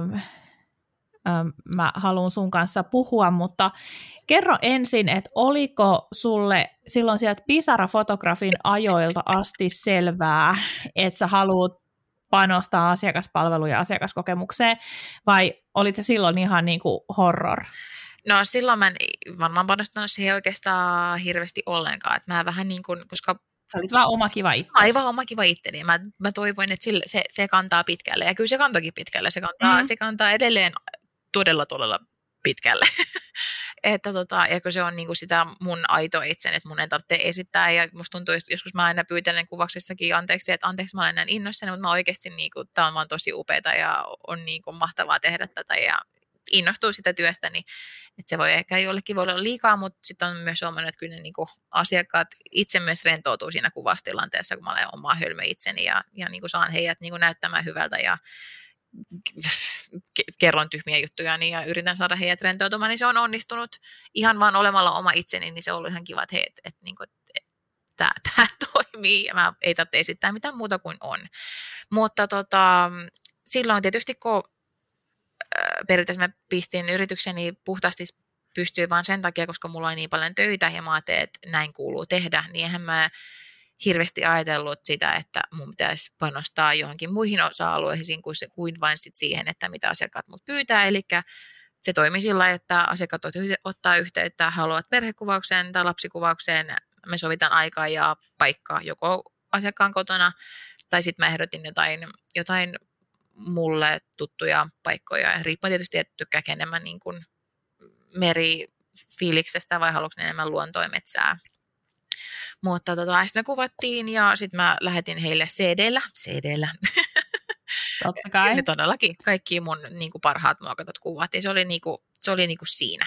mä haluan sun kanssa puhua, mutta kerro ensin, että oliko sulle silloin sieltä Pisara-fotografin ajoilta asti selvää, että sä haluat panostaa asiakaspalveluun ja asiakaskokemukseen, vai olit se silloin ihan niin kuin horror? No silloin mä en varmaan panostanut siihen oikeastaan hirveästi ollenkaan, että mä vähän niin kuin, koska Sä olit vaan oma kiva itsesi. Aivan oma kiva itteni. Mä toivoin, että se kantaa pitkälle. Ja kyllä se kantoikin pitkälle. Se kantaa edelleen todella pitkälle. Ja kun se on niinku sitä mun aitoa itseni, että mun ei tarvitse esittää. Ja musta tuntuu, että joskus mä aina pyytelen kuvauksissakin anteeksi, että anteeksi mä olen näin innoissani, mutta mä oikeasti niinku, tää on vaan tosi upeata ja on niinku mahtavaa tehdä tätä ja innostuu sitä työstä, niin että se voi ehkä jollekin voi olla liikaa, mutta sitten on myös huomannut, että kyllä ne niinku asiakkaat itse myös rentoutuu siinä kuvaustilanteessa, kun mä olen omaa hölmö itseni ja niinku saan heidät niinku näyttämään hyvältä ja kerron tyhmiä juttuja niin, ja yritän saada heidät rentoutumaan, niin se on onnistunut ihan vaan olemalla oma itseni, niin se on ollut ihan kiva, että niinku, tämä toimii ja mä ei tarvitse esittää mitään muuta kuin on. Mutta silloin tietysti, kun periaatteessa mä pistin yritykseni puhtaasti pystyy vaan sen takia, koska mulla oli niin paljon töitä ja mä ajattelin, että näin kuuluu tehdä, niin eihän mä hirveästi ajatellut sitä, että mun pitäisi panostaa johonkin muihin osa-alueisiin kuin vain sit siihen, että mitä asiakkaat mut pyytää. Eli se toimii sillä lailla, että asiakkaat ottaa yhteyttä, haluavat perhekuvaukseen tai lapsikuvaukseen. Me sovitaan aikaa ja paikkaa joko asiakkaan kotona tai sitten mä ehdotin jotain mulle tuttuja paikkoja. Riippuu tietysti, että tykkääkö enemmän niin kuin merifiiliksestä vai haluatko enemmän luontoa ja metsää. Mutta sitten me kuvattiin ja sitten mä lähetin heille CD-llä. Totta kai. Ja todellakin kaikki mun niin kuin parhaat muokatut kuvat. Ja se oli niinku siinä.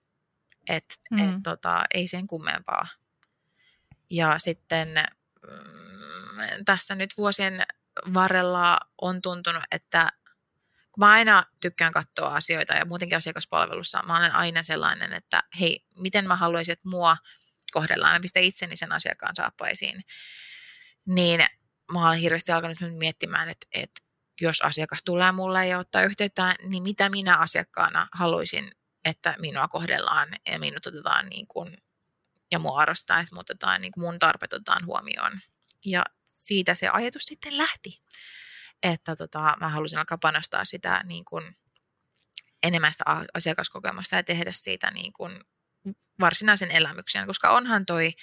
Ei sen kummempaa. Ja sitten tässä nyt vuosien varrella on tuntunut, että kun mä aina tykkään katsoa asioita ja muutenkin asiakaspalvelussa, mä olen aina sellainen, että hei, miten mä haluaisin, että mua kohdellaan. Mä pistän itseni sen asiakkaan saappaisiin. Niin mä olen hirveästi alkanut miettimään, että jos asiakas tulee mulle ja ottaa yhteyttä, niin mitä minä asiakkaana haluaisin, että minua kohdellaan ja minut otetaan niin kuin, ja mua arvostaa, että mun tarpeet otetaan huomioon. Ja siitä se ajatus sitten lähti, että mä halusin alkaa panostaa sitä niin kuin enemmän sitä asiakaskokemusta ja tehdä siitä niin kuin varsinaisen elämyksen, koska onhan toi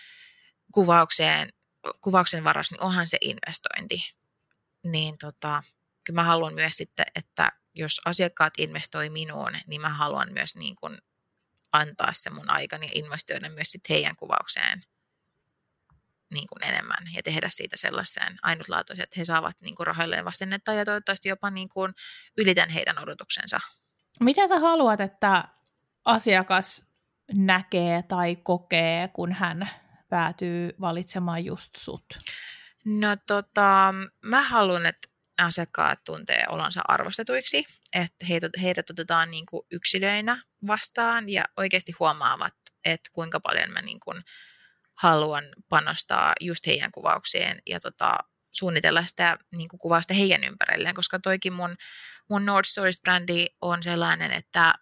kuvauksen varas, niin onhan se investointi. Niin kyllä mä haluan myös sitten, että jos asiakkaat investoi minuun, niin mä haluan myös niin kuin antaa se mun aikani ja investoida myös sitten heidän kuvaukseen niin kuin enemmän ja tehdä siitä sellaisen ainutlaatuisen, että he saavat niin kuin rahoilleen vastennetta ja toivottavasti jopa niin kuin ylitän heidän odotuksensa. Mitä sä haluat, että asiakas näkee tai kokee, kun hän päätyy valitsemaan just sut? No mä haluan, että asiakkaat tuntee olonsa arvostetuiksi, että heidät otetaan niin kuin yksilöinä vastaan ja oikeasti huomaavat, että kuinka paljon mä niin kuin haluan panostaa just heidän kuvaukseen ja suunnitella sitä niin kuin kuvausta heidän ympärilleen, koska toikin mun Nord Stories-brändi on sellainen, että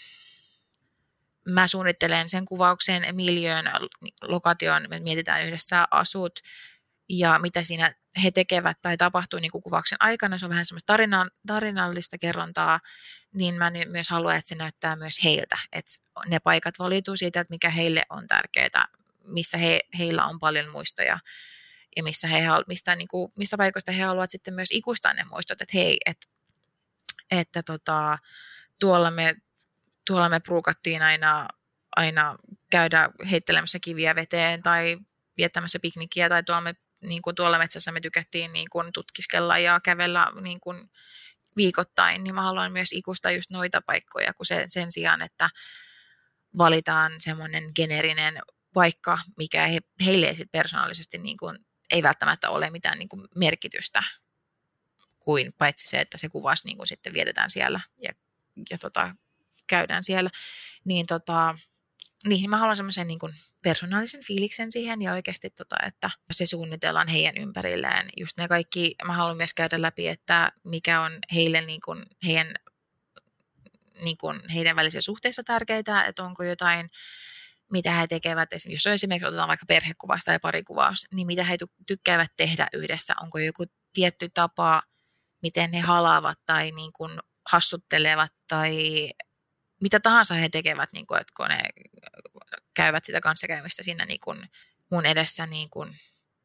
mä suunnittelen sen kuvauksen miljöön, lokaation, me mietitään yhdessä asut ja mitä siinä he tekevät tai tapahtuu niin kuin kuvauksen aikana, se on vähän semmoista tarinallista kerrontaa, niin mä myös haluan, että se näyttää myös heiltä, että ne paikat valituu siitä, että mikä heille on tärkeää, missä heillä on paljon muistoja ja mistä paikoista he haluavat sitten myös ikuistaa ne muistot, että hei, että tuolla me pruukattiin aina käydä heittelemässä kiviä veteen tai viettämässä piknikkiä tai tuolla metsässä me tykättiin niin kuin tutkiskella ja kävellä niin kuin viikoittain, niin mä haluan myös ikuistaa just noita paikkoja, kun sen sijaan, että valitaan semmoinen geneerinen paikka, mikä heille ei sit persoonallisesti niin kuin, ei välttämättä ole mitään niin kuin merkitystä, kuin paitsi se, että se kuvaus niin kuin sitten vietetään siellä ja käydään siellä, niin mä haluan semmoisen niin kuin persoonallisen fiiliksen siihen ja oikeasti, että se suunnitellaan heidän ympärilleen. Just ne kaikki, mä haluan myös käydä läpi, että mikä on heille heidän välisessä suhteessa tärkeää, että onko jotain, mitä he tekevät. Jos esimerkiksi otetaan vaikka perhekuvaus tai parikuvaus, niin mitä he tykkäävät tehdä yhdessä. Onko joku tietty tapa, miten he halaavat tai niin kuin hassuttelevat tai mitä tahansa he tekevät, niin kuin, että kun ne käyvät sitä kanssakäymistä siinä niin kuin mun edessä niin kuin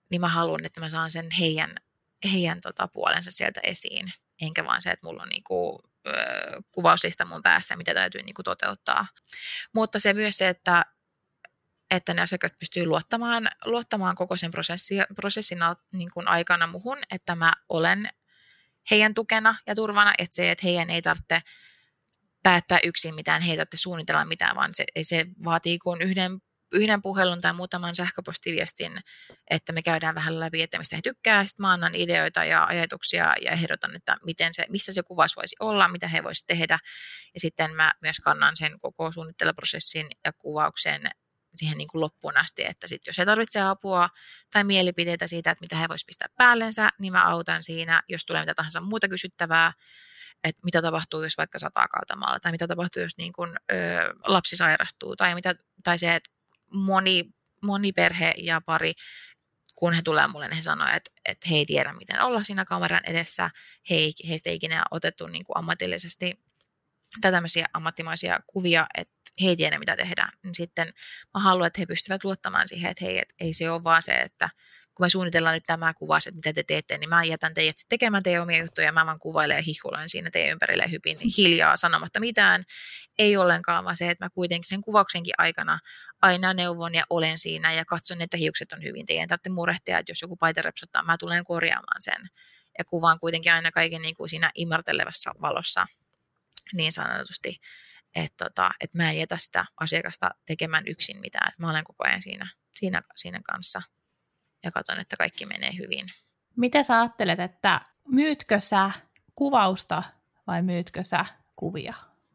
niin mä haluan, että mä saan sen heidän puolensa sieltä esiin. Enkä vaan se, että mulla on niinku, kuvauslista mun päässä, mitä täytyy niinku toteuttaa. Mutta se myös se, että ne asiakkaat pystyy luottamaan koko sen prosessin niin kuin aikana muhun, että mä olen heidän tukena ja turvana, että se, että heidän ei tarvitse päättää yksin mitään, he ei tarvitse suunnitella mitään, vaan se vaatii kuin yhden puhelun tai muutaman sähköpostiviestin, että me käydään vähän läpi, että mistä he tykkää, sitten mä annan ideoita ja ajatuksia ja ehdotan, että missä se kuvaus voisi olla, mitä he voisivat tehdä, ja sitten mä myös kannan sen koko suunnitteluprosessin ja kuvauksen siihen niin kuin loppuun asti, että sit jos he tarvitsee apua tai mielipiteitä siitä, että mitä he voisivat pistää päällensä, niin mä autan siinä, jos tulee mitä tahansa muuta kysyttävää, että mitä tapahtuu, jos vaikka sataa kaatamalla, tai mitä tapahtuu, jos niin kuin, lapsi sairastuu, tai se, että moni perhe ja pari, kun he tulee mulle, niin he sanoo, että he ei tiedä, miten olla siinä kameran edessä, heistä ei ikinä otettu niin kuin ammatillisesti tämmöisiä ammattimaisia kuvia, että he ei tiedä, mitä tehdään. Niin sitten mä haluan, että he pystyvät luottamaan siihen, että hei, et ei se ole vaan se, että kun me suunnitellaan nyt tämä kuvaus, että mitä te teette, niin mä jätän teidät tekemään teidän omia juttuja, ja mä vaan kuvailen ja hihulen siinä teidän ympärille ja hypin hiljaa sanomatta mitään. Ei ollenkaan, vaan se, että mä kuitenkin sen kuvauksenkin aikana aina neuvon ja olen siinä ja katson, että hiukset on hyvin. Teidän tarvitse murehtia, että jos joku paita repsottaa, mä tulen korjaamaan sen. Ja kuvaan kuitenkin aina kaiken niin kuin siinä imartelevassa valossa niin sanotusti, että mä en jätä sitä asiakasta tekemään yksin mitään. Että mä olen koko ajan siinä kanssa ja katson, että kaikki menee hyvin. Miten sä ajattelet, että myytkö sä kuvausta vai myytkö sä kuvia?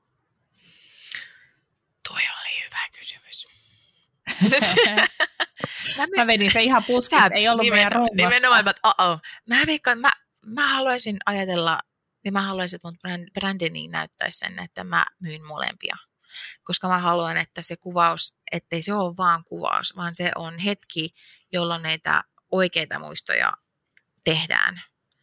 Toi oli hyvä kysymys. Mä vedin se ihan puskista, ei ollut meidän rouvasta. Nimenomaan, että Mä veikkaan, mä haluaisin ajatella, ja mä haluaisin, että mun brändini näyttäisi sen, että mä myyn molempia. Koska mä haluan, että se kuvaus, ettei se ole vaan kuvaus, vaan se on hetki, jolloin näitä oikeita muistoja tehdään.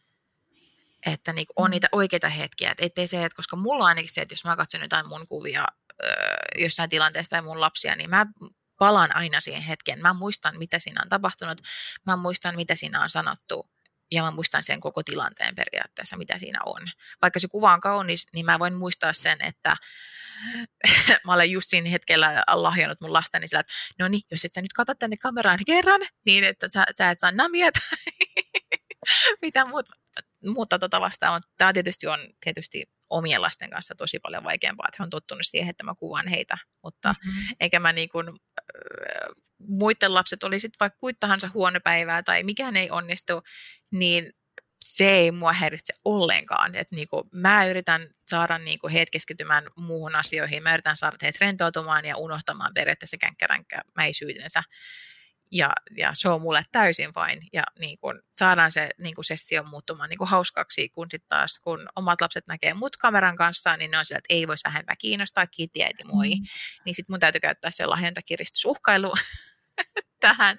Että niin on niitä oikeita hetkiä. Et ettei se, että koska mulla on ainakin se, että jos mä katson jotain mun kuvia jossain tilanteessa tai mun lapsia, niin mä palaan aina siihen hetkeen. Mä muistan, mitä siinä on tapahtunut. Mä muistan, mitä siinä on sanottu. Ja mä muistan sen koko tilanteen periaatteessa, mitä siinä on. Vaikka se kuva on kaunis, niin mä voin muistaa sen, että mä olen just siinä hetkellä lahjannut mun lastani sillä, että no niin, jos et sä nyt katso tänne kameraan kerran, niin että sä et saa namia tai mitä muuta vastaan. Tämä tietysti on omien lasten kanssa tosi paljon vaikeampaa, että he on tottunut siihen, että mä kuvaan heitä, mutta eikä mä niin kuin, muiden lapset oli sitten vaikka kuittahansa huono päivää tai mikään ei onnistu, niin se ei mua häiritse ollenkaan. Et niinku, mä yritän saada niinku heidät keskittymään muuhun asioihin, mä yritän saada heidät rentoutumaan ja unohtamaan periaatteessa känkkäränkämäisyytensä. Ja se on mulle täysin fine. Ja niinku, saadaan se niinku sessio muuttumaan niinku hauskaksi, kun sitten taas kun omat lapset näkee mut kameran kanssa, niin ne on sillä, että ei voisi vähempää kiinnostaa, kiitti äiti moi. Niin sitten mun täytyy käyttää se lahjontakiristysuhkailu tähän.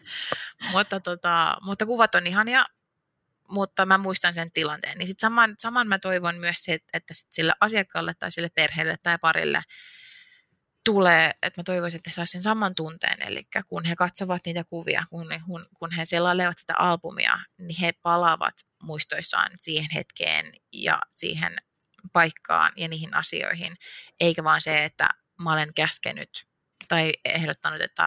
Mutta kuvat on ihania. Mutta mä muistan sen tilanteen. Niin sitten saman mä toivon myös se, että sit sille asiakkaalle tai sille perheelle tai parille tulee, että mä toivoisin, että he saisivat sen saman tunteen. Eli kun he katsovat niitä kuvia, kun he selailevat sitä albumia, niin he palaavat muistoissaan siihen hetkeen ja siihen paikkaan ja niihin asioihin. Eikä vaan se, että mä olen käskenyt tai ehdottanut, että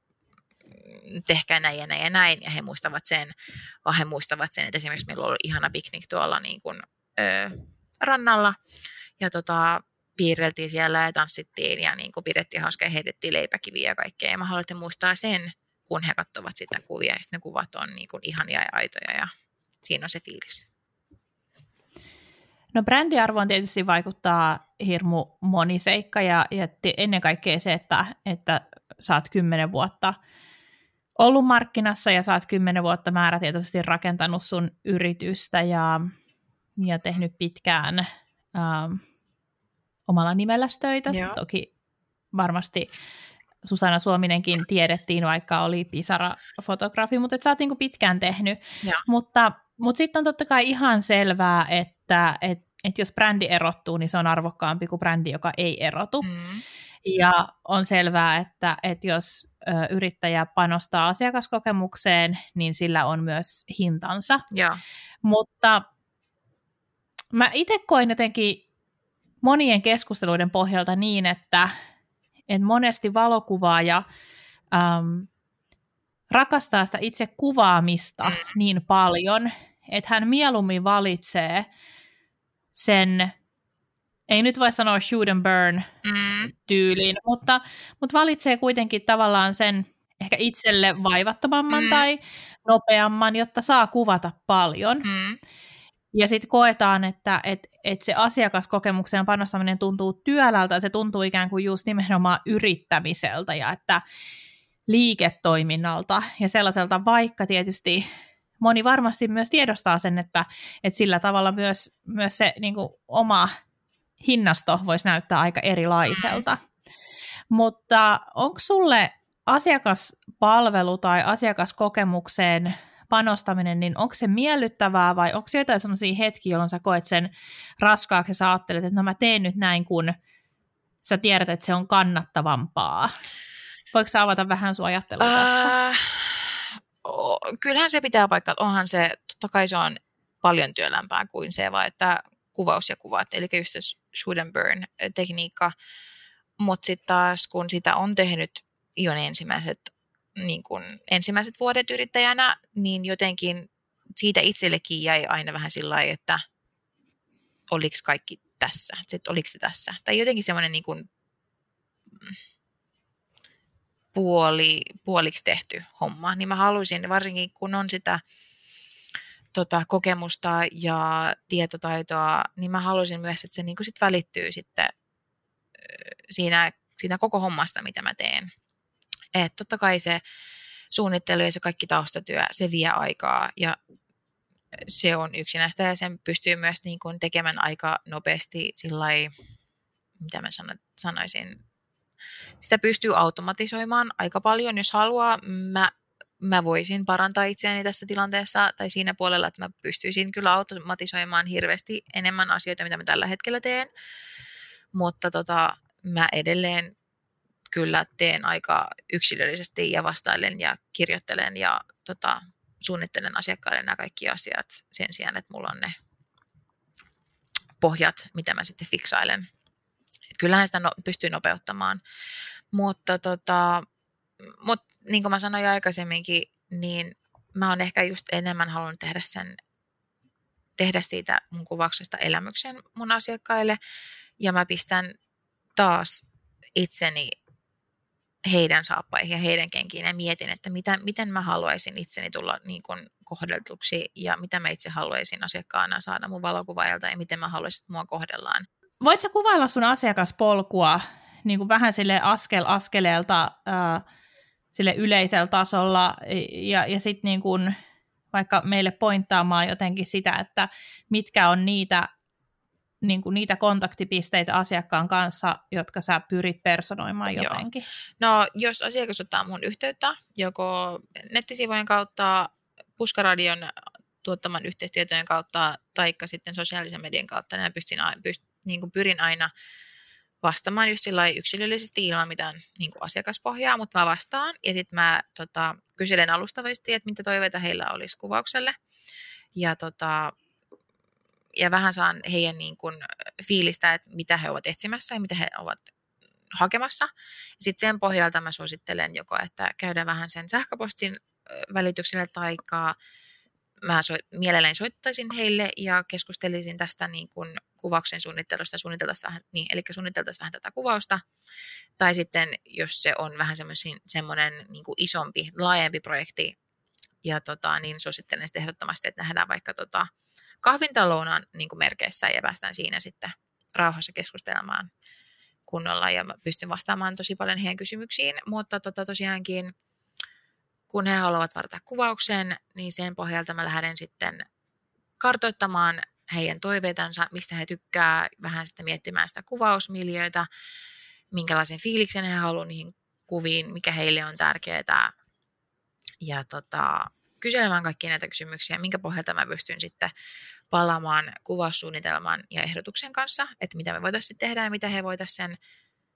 tehkää näin ja näin ja näin, ja he muistavat sen, vaan he muistavat sen, että esimerkiksi meillä oli ihana piknik tuolla niin kuin, rannalla, ja piirreltiin siellä ja tanssittiin, ja niin kuin pidettiin hauskaa ja heitettiin leipäkiviä ja kaikkea, ja mä haluan, että he muistaa sen, kun he katsovat sitä kuvia, ja sitten ne kuvat on niin kuin ihania ja aitoja, ja siinä on se fiilis. No brändiarvoon tietysti vaikuttaa hirmu moni seikka, ja ennen kaikkea se, että sä oot 10 vuotta ollut markkinassa ja sä oot 10 vuotta määrätietoisesti rakentanut sun yritystä ja tehnyt pitkään omalla nimelläsi töitä. Joo. Toki varmasti Susanna Suominenkin tiedettiin, vaikka oli Pisara-fotografi, mutta et sä oot niinku pitkään tehnyt. Mutta sitten on totta kai ihan selvää, että jos brändi erottuu, niin se on arvokkaampi kuin brändi, joka ei erotu. Ja on selvää, että jos yrittäjä panostaa asiakaskokemukseen, niin sillä on myös hintansa. Joo. Mutta mä itse koin jotenkin monien keskusteluiden pohjalta niin, että monesti valokuvaaja rakastaa sitä itse kuvaamista niin paljon, että hän mieluummin valitsee sen, ei nyt voi sanoa shoot and burn tyylin, mutta valitsee kuitenkin tavallaan sen ehkä itselle vaivattomamman tai nopeamman, jotta saa kuvata paljon. Ja sitten koetaan, että se asiakaskokemukseen panostaminen tuntuu työlältä, se tuntuu ikään kuin just nimenomaan yrittämiseltä ja että liiketoiminnalta ja sellaiselta, vaikka tietysti moni varmasti myös tiedostaa sen, että sillä tavalla myös se niin kuin oma hinnasto voisi näyttää aika erilaiselta. Mutta onko sulle asiakaspalvelu tai asiakaskokemukseen panostaminen, niin onko se miellyttävää vai onko jotain sellaisia hetkiä, jolloin sä koet sen raskaaksi ja sä ajattelet, että no mä teen nyt näin, kun sä tiedät, että se on kannattavampaa? Voiko sä avata vähän sun ajattelua tässä? Kyllähän se pitää paikkaa. Onhan se, totta kai se on paljon työlämpää kuin se, vaan että kuvaus ja kuvat, eli just se shoot and burn tekniikka. Mutta sitten taas, kun sitä on tehnyt jo ensimmäiset vuodet yrittäjänä, niin jotenkin siitä itsellekin jäi aina vähän sillä lailla, että oliko kaikki tässä, sitten oliko se tässä. Tai jotenkin semmoinen niin kuin puoliksi tehty homma, niin mä haluaisin, varsinkin kun on sitä kokemusta ja tietotaitoa, niin mä haluaisin myös, että se niin kuin sit välittyy sitten siinä koko hommasta, mitä mä teen. Että totta kai se suunnittelu ja se kaikki taustatyö, se vie aikaa ja se on yksinäistä ja sen pystyy myös niin kuin tekemään aika nopeasti sillai, mitä mä sanoisin, sitä pystyy automatisoimaan aika paljon, jos haluaa. Mä voisin parantaa itseäni tässä tilanteessa tai siinä puolella, että mä pystyisin kyllä automatisoimaan hirveästi enemmän asioita, mitä mä tällä hetkellä teen, mutta mä edelleen kyllä teen aika yksilöllisesti ja vastailen ja kirjoittelen ja suunnittelen asiakkaille nämä kaikki asiat sen sijaan, että mulla on ne pohjat, mitä mä sitten fiksailen. Kyllähän sitä pystyy nopeuttamaan, mutta niin kuin mä sanoin jo aikaisemminkin, niin mä oon ehkä just enemmän halunnut tehdä siitä mun kuvauksesta elämyksen mun asiakkaille, ja mä pistän taas itseni heidän saappaihin ja heidän kenkiin ja mietin, että miten mä haluaisin itseni tulla niin kuin kohdeltuksi ja mitä mä itse haluaisin asiakkaana saada mun valokuvaajalta ja miten mä haluaisin, että mua kohdellaan. Voit sä kuvailla sun asiakaspolkua niin kuin vähän sille askel askeleelta sille yleisellä tasolla ja sitten niin kuin vaikka meille pointtaamaan jotenkin sitä, että mitkä on niitä kontaktipisteitä asiakkaan kanssa, jotka sä pyrit personoimaan jotenkin? Joo. No, jos asiakas ottaa mun yhteyttä, joko nettisivujen kautta, Puskaradion tuottaman yhteistietojen kautta, tai sitten sosiaalisen median kautta, niin pyrin aina vastaamaan just yksilöllisesti ilman mitään niin kuin asiakaspohjaa, mutta mä vastaan, ja sitten mä kyselen alustavasti, että mitä toiveita heillä olisi kuvaukselle, ja vähän saan heidän niin kuin fiilistä, että mitä he ovat etsimässä ja mitä he ovat hakemassa. Sitten sen pohjalta mä suosittelen joko, että käydään vähän sen sähköpostin välityksellä tai mä mielelläni soittaisin heille ja keskustelisin tästä niin kuin kuvauksen suunnittelusta, suunniteltaisiin vähän tätä kuvausta. Tai sitten, jos se on vähän semmoinen niin kuin isompi, laajempi projekti, niin suosittelen sitten ehdottomasti, että nähdään vaikka kahvintalounan niin kuin merkeissä ja päästään siinä sitten rauhassa keskustelemaan kunnolla ja mä pystyn vastaamaan tosi paljon heidän kysymyksiin, mutta tosiaankin kun he haluavat varata kuvauksen, niin sen pohjalta mä lähden sitten kartoittamaan heidän toiveitansa, mistä he tykkää, vähän sitten miettimään sitä kuvausmiljöitä, minkälaisen fiiliksen he haluavat niihin kuviin, mikä heille on tärkeää ja kyselemään kaikkia näitä kysymyksiä, minkä pohjalta mä pystyn sitten palaamaan kuvaussuunnitelman ja ehdotuksen kanssa, että mitä me voitaisiin tehdä ja mitä he voitaisiin sen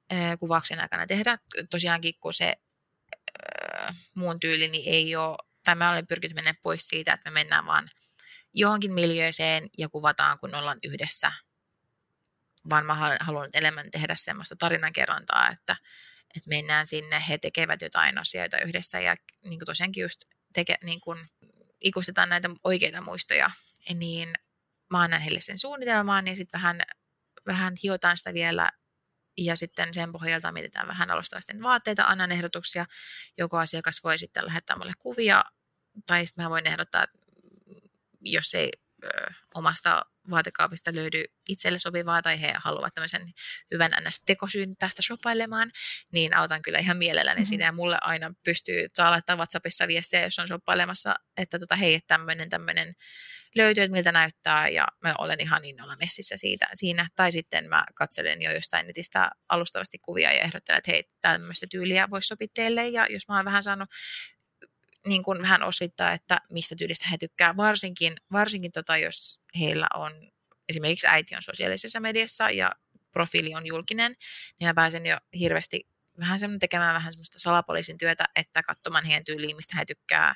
kuvauksen aikana tehdä. Tosiaankin, kun se muun tyylini ei ole, tai mä olen pyrkinyt mennä pois siitä, että me mennään vaan johonkin miljööseen ja kuvataan, kun ollaan yhdessä. Vaan mä haluan enemmän tehdä semmoista tarinankerrontaa, että mennään sinne, he tekevät jotain asioita yhdessä ja niin kuin tosiaankin just niin kuin ikustetaan näitä oikeita muistoja, niin mä annan heille sen suunnitelmaan ja sitten vähän hiotaan sitä vielä ja sitten sen pohjalta mietitään vähän alustavasti vaatteita, annan ehdotuksia, joko asiakas voi sitten lähettää mulle kuvia tai sitten mä voin ehdottaa, jos ei omasta vaatekaapista löydy itselle sopivaa tai he haluavat tämmöisen hyvän NS-tekosyyn päästä shoppailemaan, niin autan kyllä ihan mielelläni siinä ja mulle aina saa laittaa WhatsAppissa viestiä, jos on shoppailemassa, että hei, tämmöinen löytyy, että miltä näyttää ja mä olen ihan innolla messissä siinä. Tai sitten mä katselen jo jostain netistä alustavasti kuvia ja ehdottelen, että hei, tämmöistä tyyliä voisi sopia teille ja jos mä oon vähän saanut niin kuin vähän osittaa, että mistä tyylistä he tykkää, varsinkin jos heillä on, esimerkiksi äiti on sosiaalisessa mediassa ja profiili on julkinen, niin mä pääsen jo hirveästi tekemään vähän semmoista salapoliisin työtä, että katsomaan heidän tyyliin, mistä he tykkää,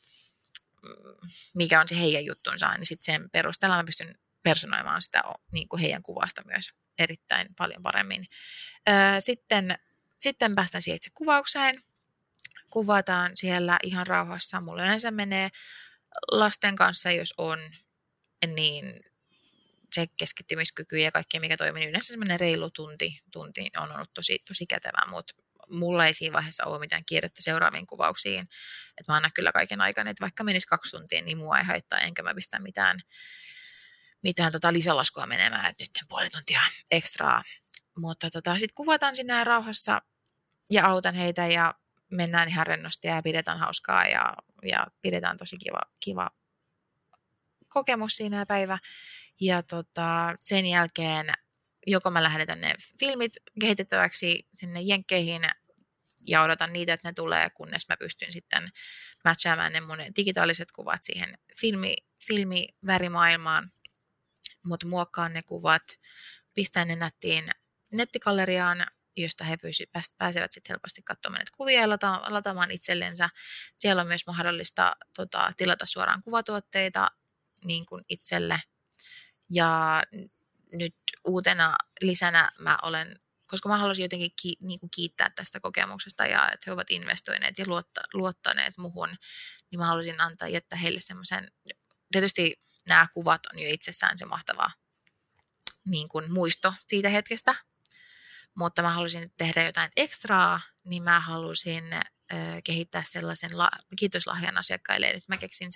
mikä on se heidän juttunsa, niin sitten sen perusteella mä pystyn personoimaan sitä niin kuin heidän kuvasta myös erittäin paljon paremmin. Sitten päästään siihen itse kuvaukseen. Kuvataan siellä ihan rauhassa. Mulla yleensä menee lasten kanssa, jos on, niin se keskittymiskyky ja kaikki, mikä toimii, niin yleensä semmoinen reilu tunti on ollut tosi kätevää, mutta mulla ei siinä vaiheessa ole mitään kiirettä seuraaviin kuvauksiin. Et mä annan kyllä kaiken aikaan, että vaikka menisi 2 tuntia, niin mua ei haittaa, enkä mä pistä mitään lisälaskua menemään, että nyt 0,5 tuntia ekstraa. Mutta sitten kuvataan sinne rauhassa ja autan heitä ja mennään ihan rennosti ja pidetään hauskaa ja pidetään tosi kiva kokemus siinä päivä. Ja sen jälkeen joko mä lähetän ne filmit kehitettäväksi sinne jenkkeihin ja odotan niitä, että ne tulee, kunnes mä pystyn sitten matchaamaan ne mun digitaaliset kuvat siihen filmivärimaailmaan. Mutta muokkaan ne kuvat, pistän ne nettiin nettikalleriaan, josta he pääsevät sitten helposti katsomaan näitä kuvia ja lataamaan itsellensä. Siellä on myös mahdollista tilata suoraan kuvatuotteita niin kuin itselle. Ja nyt uutena lisänä koska mä haluaisin jotenkin kiittää tästä kokemuksesta ja että he ovat investoineet ja luottaneet muhun, niin mä haluaisin jättää heille semmoisen, tietysti nämä kuvat on jo itsessään se mahtava niin kuin muisto siitä hetkestä, mutta mä halusin tehdä jotain ekstraa, niin mä halusin kehittää sellaisen kiitoslahjan asiakkaille. Nyt mä keksin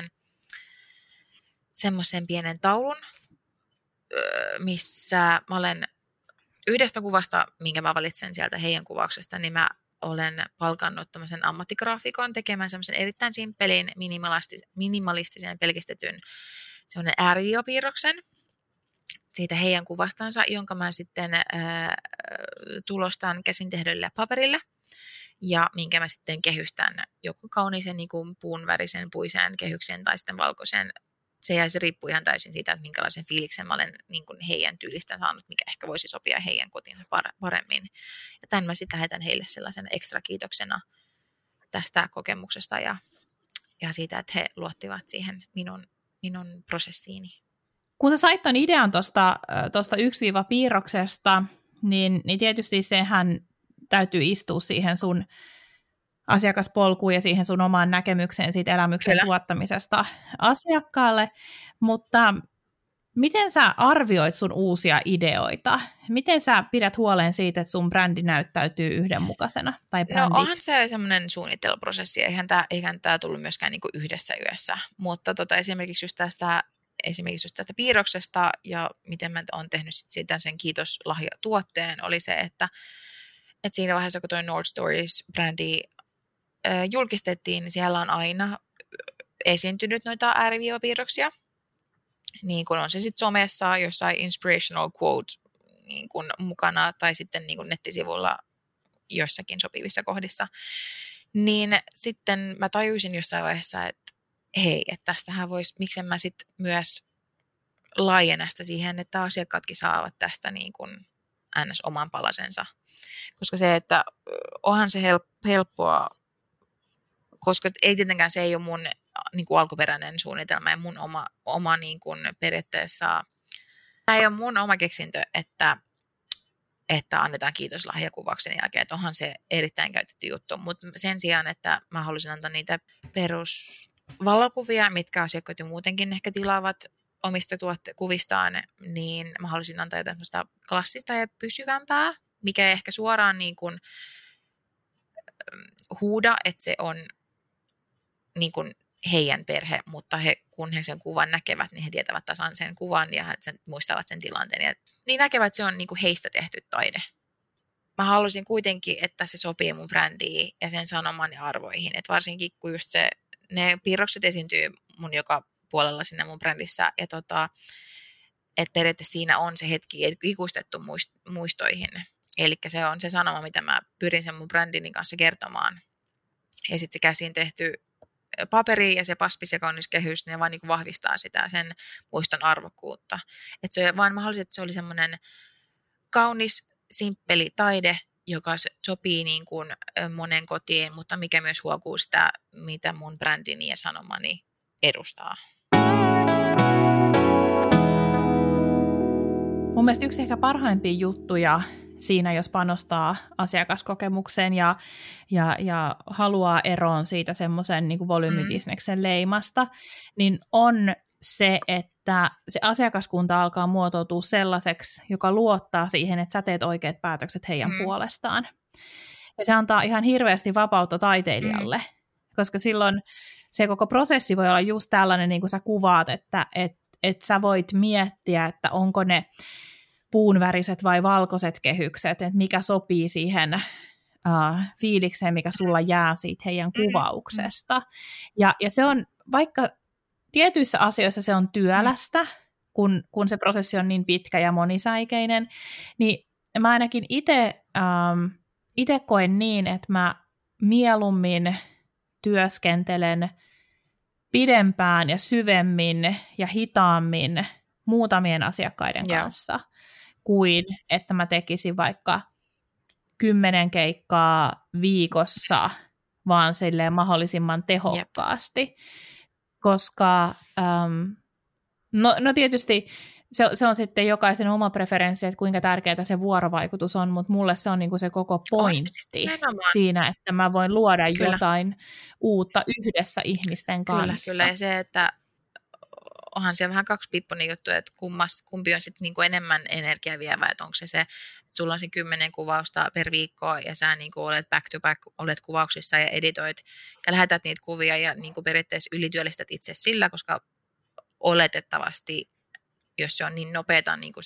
semmoisen pienen taulun, missä mä olen yhdestä kuvasta, minkä mä valitsen sieltä heidän kuvauksesta, niin mä olen palkannut tämmöisen ammattigraafikon tekemään semmoisen erittäin simppelin, minimalistisen, pelkistetyn semmoinen ääriviivapiirroksen siitä heidän kuvastansa, jonka mä sitten tulostan käsin tehdylle paperille ja minkä mä sitten kehystän joko kauniisen niin kuin puun värisen puiseen kehyksen tai sitten valkoisen. Se riippuu ihan täysin siitä, että minkälaisen fiiliksen mä olen niin kuin heidän tyylistä saanut, mikä ehkä voisi sopia heidän kotiinsa paremmin. Ja tämän mä sitten lähetän heille sellaisen ekstra kiitoksena tästä kokemuksesta ja siitä, että he luottivat siihen minun prosessiini. Kun sä sait ton idean tuosta 1-piirroksesta, niin tietysti sehän täytyy istua siihen sun asiakaspolkuun ja siihen sun omaan näkemykseen siitä elämyksen tuottamisesta asiakkaalle, mutta miten sä arvioit sun uusia ideoita? Miten sä pidät huolen siitä, että sun brändi näyttäytyy yhdenmukaisena? Tai brändit? No onhan se semmoinen suunnitteluprosessi, eihän tämä tullut myöskään niinku yhdessä yössä, mutta esimerkiksi just tästä piirroksesta ja miten mä oon tehnyt siitä sen kiitoslahjatuotteen oli se, että siinä vaiheessa kun tuo Nord Stories-brändi julkistettiin, niin siellä on aina esiintynyt noita ääriviivapiirroksia, niin kuin on se sitten somessa jossain inspirational quote niin kuin mukana tai sitten niin kuin nettisivuilla jossakin sopivissa kohdissa. Niin sitten mä tajusin jossain vaiheessa, että hei, että tästähän voisi, miksen mä sitten myös laajenna sitä siihen, että asiakkaatkin saavat tästä niin kuin ns. Oman palasensa. Koska se, että onhan se helppoa, koska ei tietenkään se ei ole mun niin kuin alkuperäinen suunnitelma ja mun oma niin kuin periaatteessa, tämä ei ole mun oma keksintö, että annetaan kiitoslahja kuvauksen jälkeen, että onhan se erittäin käytetty juttu, mutta sen sijaan, että mä haluaisin antaa niitä perusvalokuvia, mitkä asiakkaat jo muutenkin ehkä tilaavat omista kuvistaan, niin mä haluaisin antaa jotain klassista ja pysyvämpää, mikä ei ehkä suoraan niin kuin huuda, että se on niin kuin heidän perhe, mutta kun he sen kuvan näkevät, niin he tietävät tasan sen kuvan ja he muistavat sen tilanteen. Ja niin näkevät, että se on niin kuin heistä tehty taide. Mä haluaisin kuitenkin, että se sopii mun brändiin ja sen sanoman ja arvoihin. Et varsinkin, kun just ne piirrokset esiintyy mun joka puolella sinne mun brändissä. Ja että periaatteessa siinä on se hetki ikuistettu muistoihin. Eli se on se sanoma, mitä mä pyrin sen mun brändini kanssa kertomaan. Ja sitten se käsin tehty paperi ja se paspis ja kaunis kehys, ne vaan niin kuin vahvistaa sitä sen muiston arvokkuutta. Että se vaan mä haluaisin, että se oli semmoinen kaunis, simppeli taide, joka sopii niin kuin monen kotiin, mutta mikä myös huokuu sitä, mitä mun brändini ja sanomani edustaa. Mun mielestä yksi ehkä parhaimpia juttuja siinä, jos panostaa asiakaskokemukseen ja haluaa eroon siitä semmoisen niin kuin volyymibisneksen leimasta, niin on se, että se asiakaskunta alkaa muotoutua sellaiseksi, joka luottaa siihen, että sä teet oikeat päätökset heidän puolestaan. Ja se antaa ihan hirveästi vapautta taiteilijalle, koska silloin se koko prosessi voi olla just tällainen, niin kuin sä kuvaat, että sä voit miettiä, että onko ne puunväriset vai valkoiset kehykset, että mikä sopii siihen fiilikseen, mikä sulla jää siitä heidän kuvauksesta. Ja se on, vaikka tietyissä asioissa se on työlästä, kun se prosessi on niin pitkä ja monisäikeinen, niin mä ainakin itse koen niin, että mä mieluummin työskentelen pidempään ja syvemmin ja hitaammin muutamien asiakkaiden kanssa, kuin että mä tekisin vaikka 10 keikkaa viikossa vaan silleen mahdollisimman tehokkaasti. Koska, no tietysti se on sitten jokaisen oma preferenssi, että kuinka tärkeää se vuorovaikutus on, mutta mulle se on niinku se koko pointti siinä, että mä voin luoda jotain uutta yhdessä ihmisten kanssa. Kyllä, ja se, että onhan siellä vähän kaksipiippunen juttu, että kumpi on sitten niinku enemmän energiaa vievää, että onko se, että sulla on se 10 kuvausta per viikko ja sä niinku olet back to back, olet kuvauksissa ja editoit ja lähetät niitä kuvia ja niinku periaatteessa ylityöllistät itse sillä, koska oletettavasti, jos se on niin nopeata niinku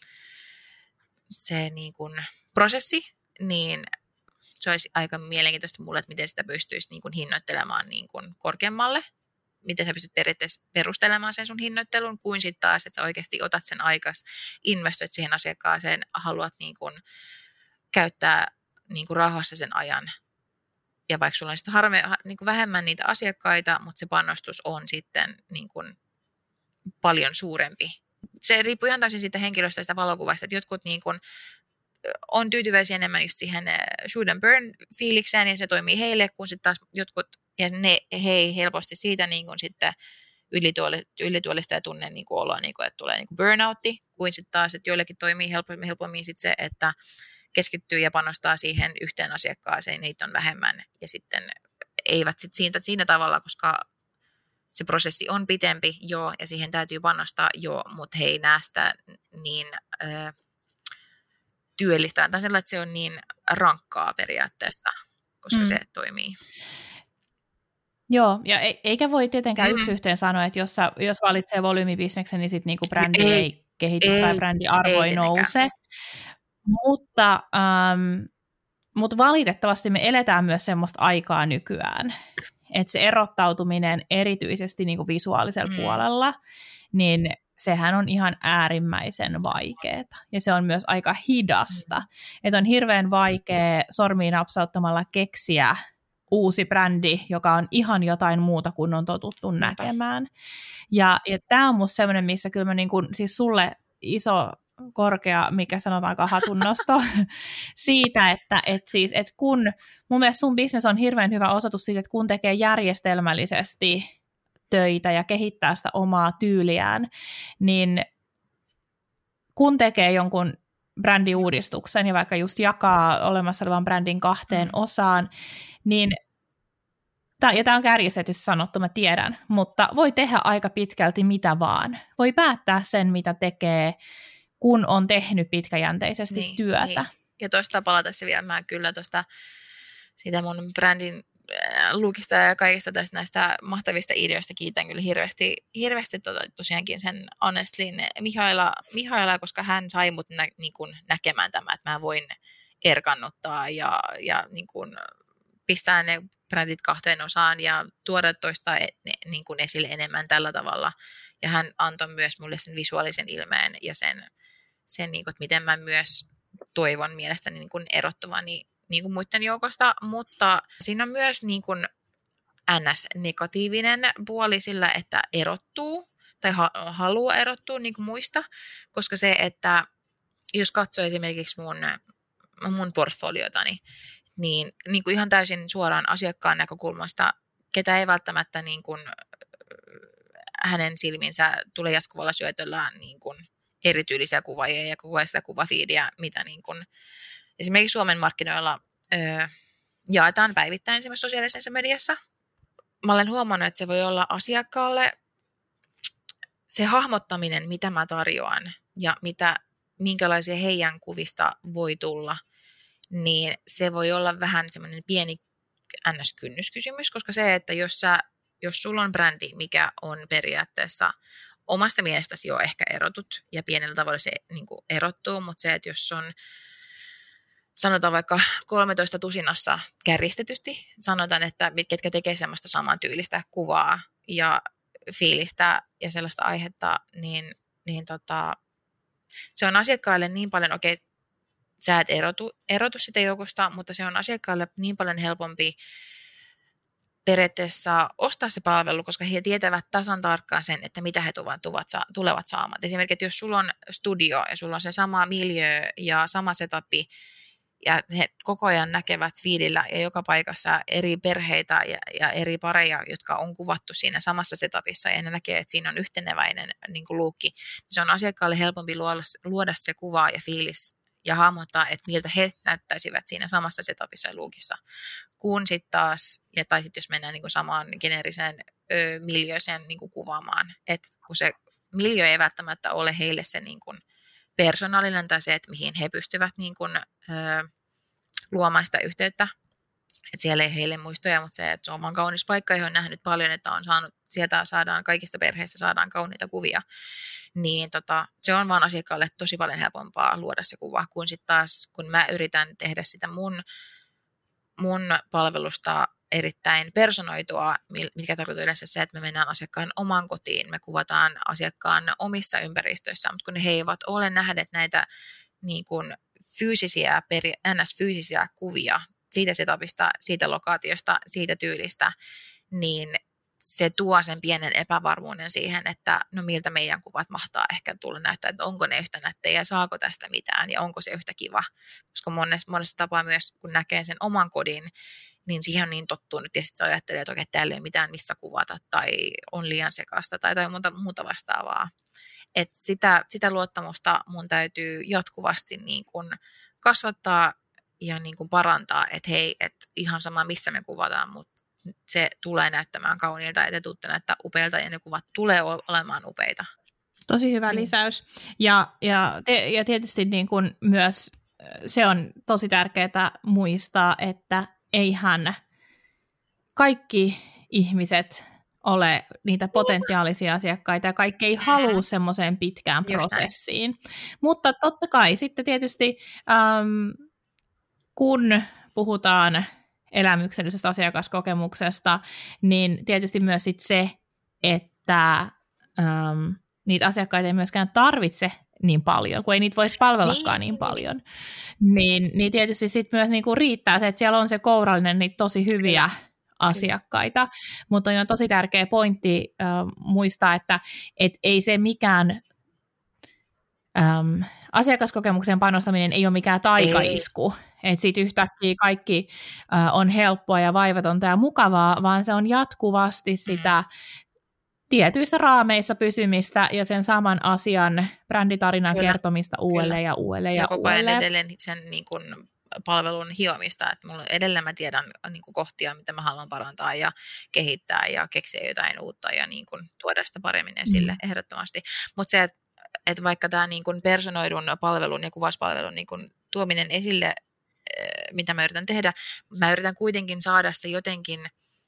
se niinku prosessi, niin se olisi aika mielenkiintoista mulle, että miten sitä pystyisi niinku hinnoittelemaan niinku korkeammalle. Miten sä pystyt periaatteessa perustelemaan sen sun hinnoittelun, kuin sitten taas, että sä oikeasti otat sen aikas, investoit siihen asiakkaaseen, haluat niin kun käyttää niin kun rauhassa sen ajan. Ja vaikka sulla on sitten niin kun vähemmän niitä asiakkaita, mutta se panostus on sitten niin kun paljon suurempi. Se riippuu ihan täysin siitä henkilöstä ja sitä valokuvasta, että jotkut niin kun on tyytyväisiä enemmän just siihen shoot and burn fiilikseen, ja se toimii heille, kun sitten taas jotkut ja he helposti siitä niin kuin sitten ylituolista ja tunne niin kuin oloa, niin kuin, että tulee niin kuin burnoutti, kuin sitten taas, että joillekin toimii helpommin sitten se, että keskittyy ja panostaa siihen yhteen asiakkaaseen, niitä on vähemmän, ja sitten eivät sitten siinä tavalla, koska se prosessi on pitempi, joo, ja siihen täytyy panostaa, joo, mutta he ei näe sitä niin työllistä, tai sellainen, että se on niin rankkaa periaatteessa, koska se toimii. Joo, ja eikä voi tietenkään yksi yhteen sanoa, että jos valitsee volyymibisneksen, niin sitten niinku brändi ei kehity tai brändin arvo ei nouse. Mutta valitettavasti me eletään myös semmoista aikaa nykyään, että se erottautuminen erityisesti niinku visuaalisella puolella, niin sehän on ihan äärimmäisen vaikeaa. Ja se on myös aika hidasta. Että on hirveän vaikea sormiin napsauttamalla keksiä uusi brändi, joka on ihan jotain muuta kuin on totuttu näkemään. Ja tämä on musta semmoinen, missä kyllä mä siis sulle iso korkea, mikä sanotaanko hatunnosto siitä, että kun mun mielestä sun business on hirveän hyvä osoitus siitä, että kun tekee järjestelmällisesti töitä ja kehittää sitä omaa tyyliään, niin kun tekee jonkun brändiuudistuksen ja vaikka just jakaa olemassa olevan brändin kahteen osaan, niin ja tämä on kärjistetysti sanottu, mä tiedän, mutta voi tehdä aika pitkälti mitä vaan. Voi päättää sen, mitä tekee, kun on tehnyt pitkäjänteisesti työtä. Niin. Ja tuosta palatessa vielä, mä kyllä tuosta sitä mun brändin lookista ja kaikista tästä näistä mahtavista ideoista kiitän kyllä hirveästi tosiaankin sen Honestlyn Mihaila, koska hän sai mut niin kuin näkemään tämä, että mä voin erkannuttaa ja niin kuin pistää ne brändit kahteen osaan ja tuoda toista niin kuin esille enemmän tällä tavalla. Ja hän antoi myös mulle sen visuaalisen ilmeen ja sen niin kuin, että miten mä myös toivon mielestäni niin kuin erottuvani niin kuin muiden joukosta, mutta siinä on myös niin kuin NS-negatiivinen puoli sillä, että erottuu tai haluaa erottua niin kuin muista, koska se, että jos katsoo esimerkiksi mun portfoliotani, niin kuin ihan täysin suoraan asiakkaan näkökulmasta, ketä ei välttämättä niin kuin hänen silminsä tule jatkuvalla syötöllä niin kuin erityylisiä kuvaajia ja kuvaa sitä kuvafiidiä, mitä niin kuin esimerkiksi Suomen markkinoilla jaetaan päivittäin esimerkiksi sosiaalisessa mediassa. Mä olen huomannut, että se voi olla asiakkaalle se hahmottaminen, mitä mä tarjoan ja minkälaisia heidän kuvista voi tulla, niin se voi olla vähän semmoinen pieni NS-kynnyskysymys, koska se, että jos sulla on brändi, mikä on periaatteessa omasta mielestäsi jo ehkä erotut ja pienellä tavalla se niin kuin erottuu, mutta se, että jos on sanotaan vaikka 13 tusinassa kärjistetysti, sanotaan, että ketkä tekee semmoista samantyylistä kuvaa ja fiilistä ja sellaista aihetta, niin se on asiakkaalle niin paljon, okei, sä et erotu sitä joukosta, mutta se on asiakkaalle niin paljon helpompi periaatteessa ostaa se palvelu, koska he tietävät tasan tarkkaan sen, että mitä he tulevat saamaan. Esimerkiksi, että jos sulla on studio ja sulla on se sama miljö ja sama setupi, ja he koko ajan näkevät feedillä ja joka paikassa eri perheitä ja eri pareja, jotka on kuvattu siinä samassa setupissa, ja ne näkee, että siinä on yhteneväinen niin kuin luukki. Se on asiakkaalle helpompi luoda se kuva ja fiilis ja hahmottaa, että miltä he näyttäisivät siinä samassa setupissa ja luukissa. Kun sitten taas, tai sitten jos mennään niin kuin samaan geneeriseen miljööseen niin kuin kuvaamaan, että kun se miljö ei välttämättä ole heille se niin kuin persoonallinen tai se, että mihin he pystyvät niin kuin, luomaan sitä yhteyttä. Että siellä ei heille muistoja, mutta se, että se on vaan kaunis paikka, johon on nähnyt paljon, että on saanut, sieltä saadaan kaikista perheistä saadaan kauniita kuvia. Niin se on vaan asiakkaalle tosi paljon helpompaa luoda se kuva, kuin sitten taas, kun mä yritän tehdä sitä mun palvelusta erittäin personoitua, mikä tarkoittaa yleensä se, että me mennään asiakkaan omaan kotiin, me kuvataan asiakkaan omissa ympäristöissä, mutta kun he eivät ole nähneet näitä niin kuin NS-fyysisiä kuvia siitä setupista, siitä lokaatiosta, siitä tyylistä, niin se tuo sen pienen epävarmuuden siihen, että no miltä meidän kuvat mahtaa ehkä tulla näyttää, että onko ne yhtä nättejä, saako tästä mitään ja onko se yhtä kiva, koska monessa tapaa myös kun näkee sen oman kodin, niin siihen on niin tottunut ja sitten sä ajattelee, että okei, täällä ei ole mitään missä kuvata tai on liian sekasta tai muuta vastaavaa. Et sitä luottamusta mun täytyy jatkuvasti niin kun kasvattaa ja niin kun parantaa, että hei, että ihan sama missä me kuvataan, mutta se tulee näyttämään kauniilta ja te tuutte näyttää upeilta ja ne kuvat tulee olemaan upeita. Tosi hyvä lisäys. Ja tietysti niin kun myös se on tosi tärkeää muistaa, että eihän kaikki ihmiset ole niitä potentiaalisia asiakkaita ja kaikki ei halua semmoiseen pitkään prosessiin. Mutta totta kai sitten tietysti kun puhutaan elämyksellisestä asiakaskokemuksesta, niin tietysti myös sit se, että niitä asiakkaita ei myöskään tarvitse niin paljon, kun ei niitä voisi palvellakaan niin paljon. Niin tietysti sitten myös niinku riittää se, että siellä on se kourallinen niitä tosi hyviä asiakkaita, mutta on tosi tärkeä pointti muistaa, että ei se mikään asiakaskokemukseen panostaminen ei ole mikään taikaisku, että sitten yhtäkkiä kaikki on helppoa ja vaivatonta ja mukavaa, vaan se on jatkuvasti sitä tietyissä raameissa pysymistä ja sen saman asian bränditarinan kertomista uudelleen ja uudelleen ja koko ajan edelleen sen niin kuin palvelun hiomista, että mulla edelleen mä tiedän niin kuin kohtia, mitä mä haluan parantaa ja kehittää ja keksiä jotain uutta ja niin kuin tuoda sitä paremmin esille ehdottomasti. Mutta se, että vaikka tämä niin kuin personoidun palvelun ja kuvauspalvelun niin kuin tuominen esille, mitä mä yritän tehdä, mä yritän kuitenkin saada se jotenkin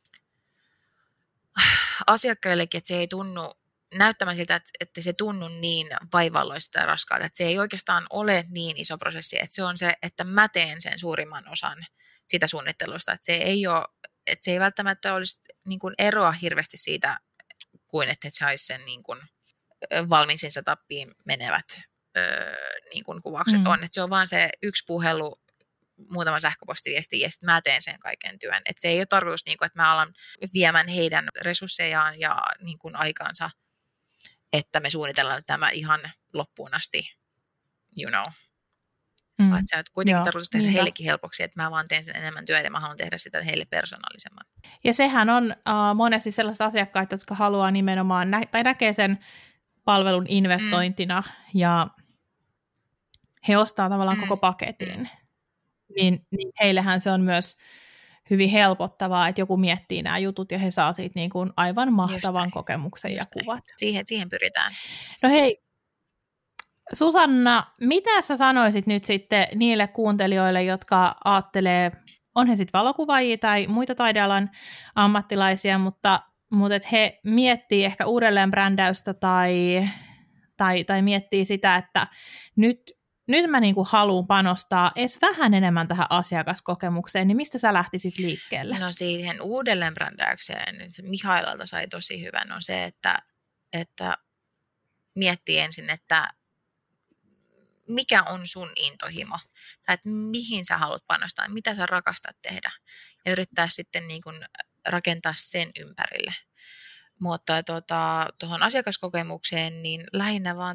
asiakkaillekin, että se ei tunnu näyttämään siltä, että se tunnu niin vaivalloista ja raskaalta, että se ei oikeastaan ole niin iso prosessi, että se on se, että mä teen sen suurimman osan siitä suunnittelusta, että se ei ole, että se ei välttämättä olisi niin kuin eroa hirveästi siitä, kuin että se saisi sen niin kuin valmiin setappiin menevät niin kuin kuvaukset on, että se on vaan se yksi puhelu, muutama sähköpostiviesti ja sitten mä teen sen kaiken työn. Et se ei ole tarkoitus, niin kuin, että mä alan viemään heidän resurssejaan ja niin kuin aikaansa, että me suunnitellaan tämä ihan loppuun asti, you know. Vaan se on kuitenkin tarkoitus tehdä heillekin helpoksi, että mä vaan teen sen enemmän työtä ja mä haluan tehdä sitä heille persoonallisemman. Ja sehän on monesti sellaiset asiakkaat, jotka haluaa nimenomaan, tai näkee sen palvelun investointina ja he ostaa tavallaan koko paketin. Niin heillehän se on myös hyvin helpottavaa, että joku miettii nämä jutut ja he saa siitä niin kuin aivan mahtavan kokemuksen ja kuvat. Siihen pyritään. No hei, Susanna, mitä sä sanoisit nyt sitten niille kuuntelijoille, jotka ajattelee, on he sitten valokuvaajia tai muita taidealan ammattilaisia, mutta että he miettii ehkä uudelleen brändäystä tai miettii sitä, että nyt mä niinku haluan panostaa edes vähän enemmän tähän asiakaskokemukseen, niin mistä sä lähtisit liikkeelle? No siihen uudelleenbrändäykseen, Mihailalta sai tosi hyvän, on se, että miettii ensin, että mikä on sun intohimo, tai että mihin sä haluat panostaa, mitä sä rakastat tehdä, ja yrittää sitten niin kuin rakentaa sen ympärille. Mutta tuohon asiakaskokemukseen, niin lähinnä vaan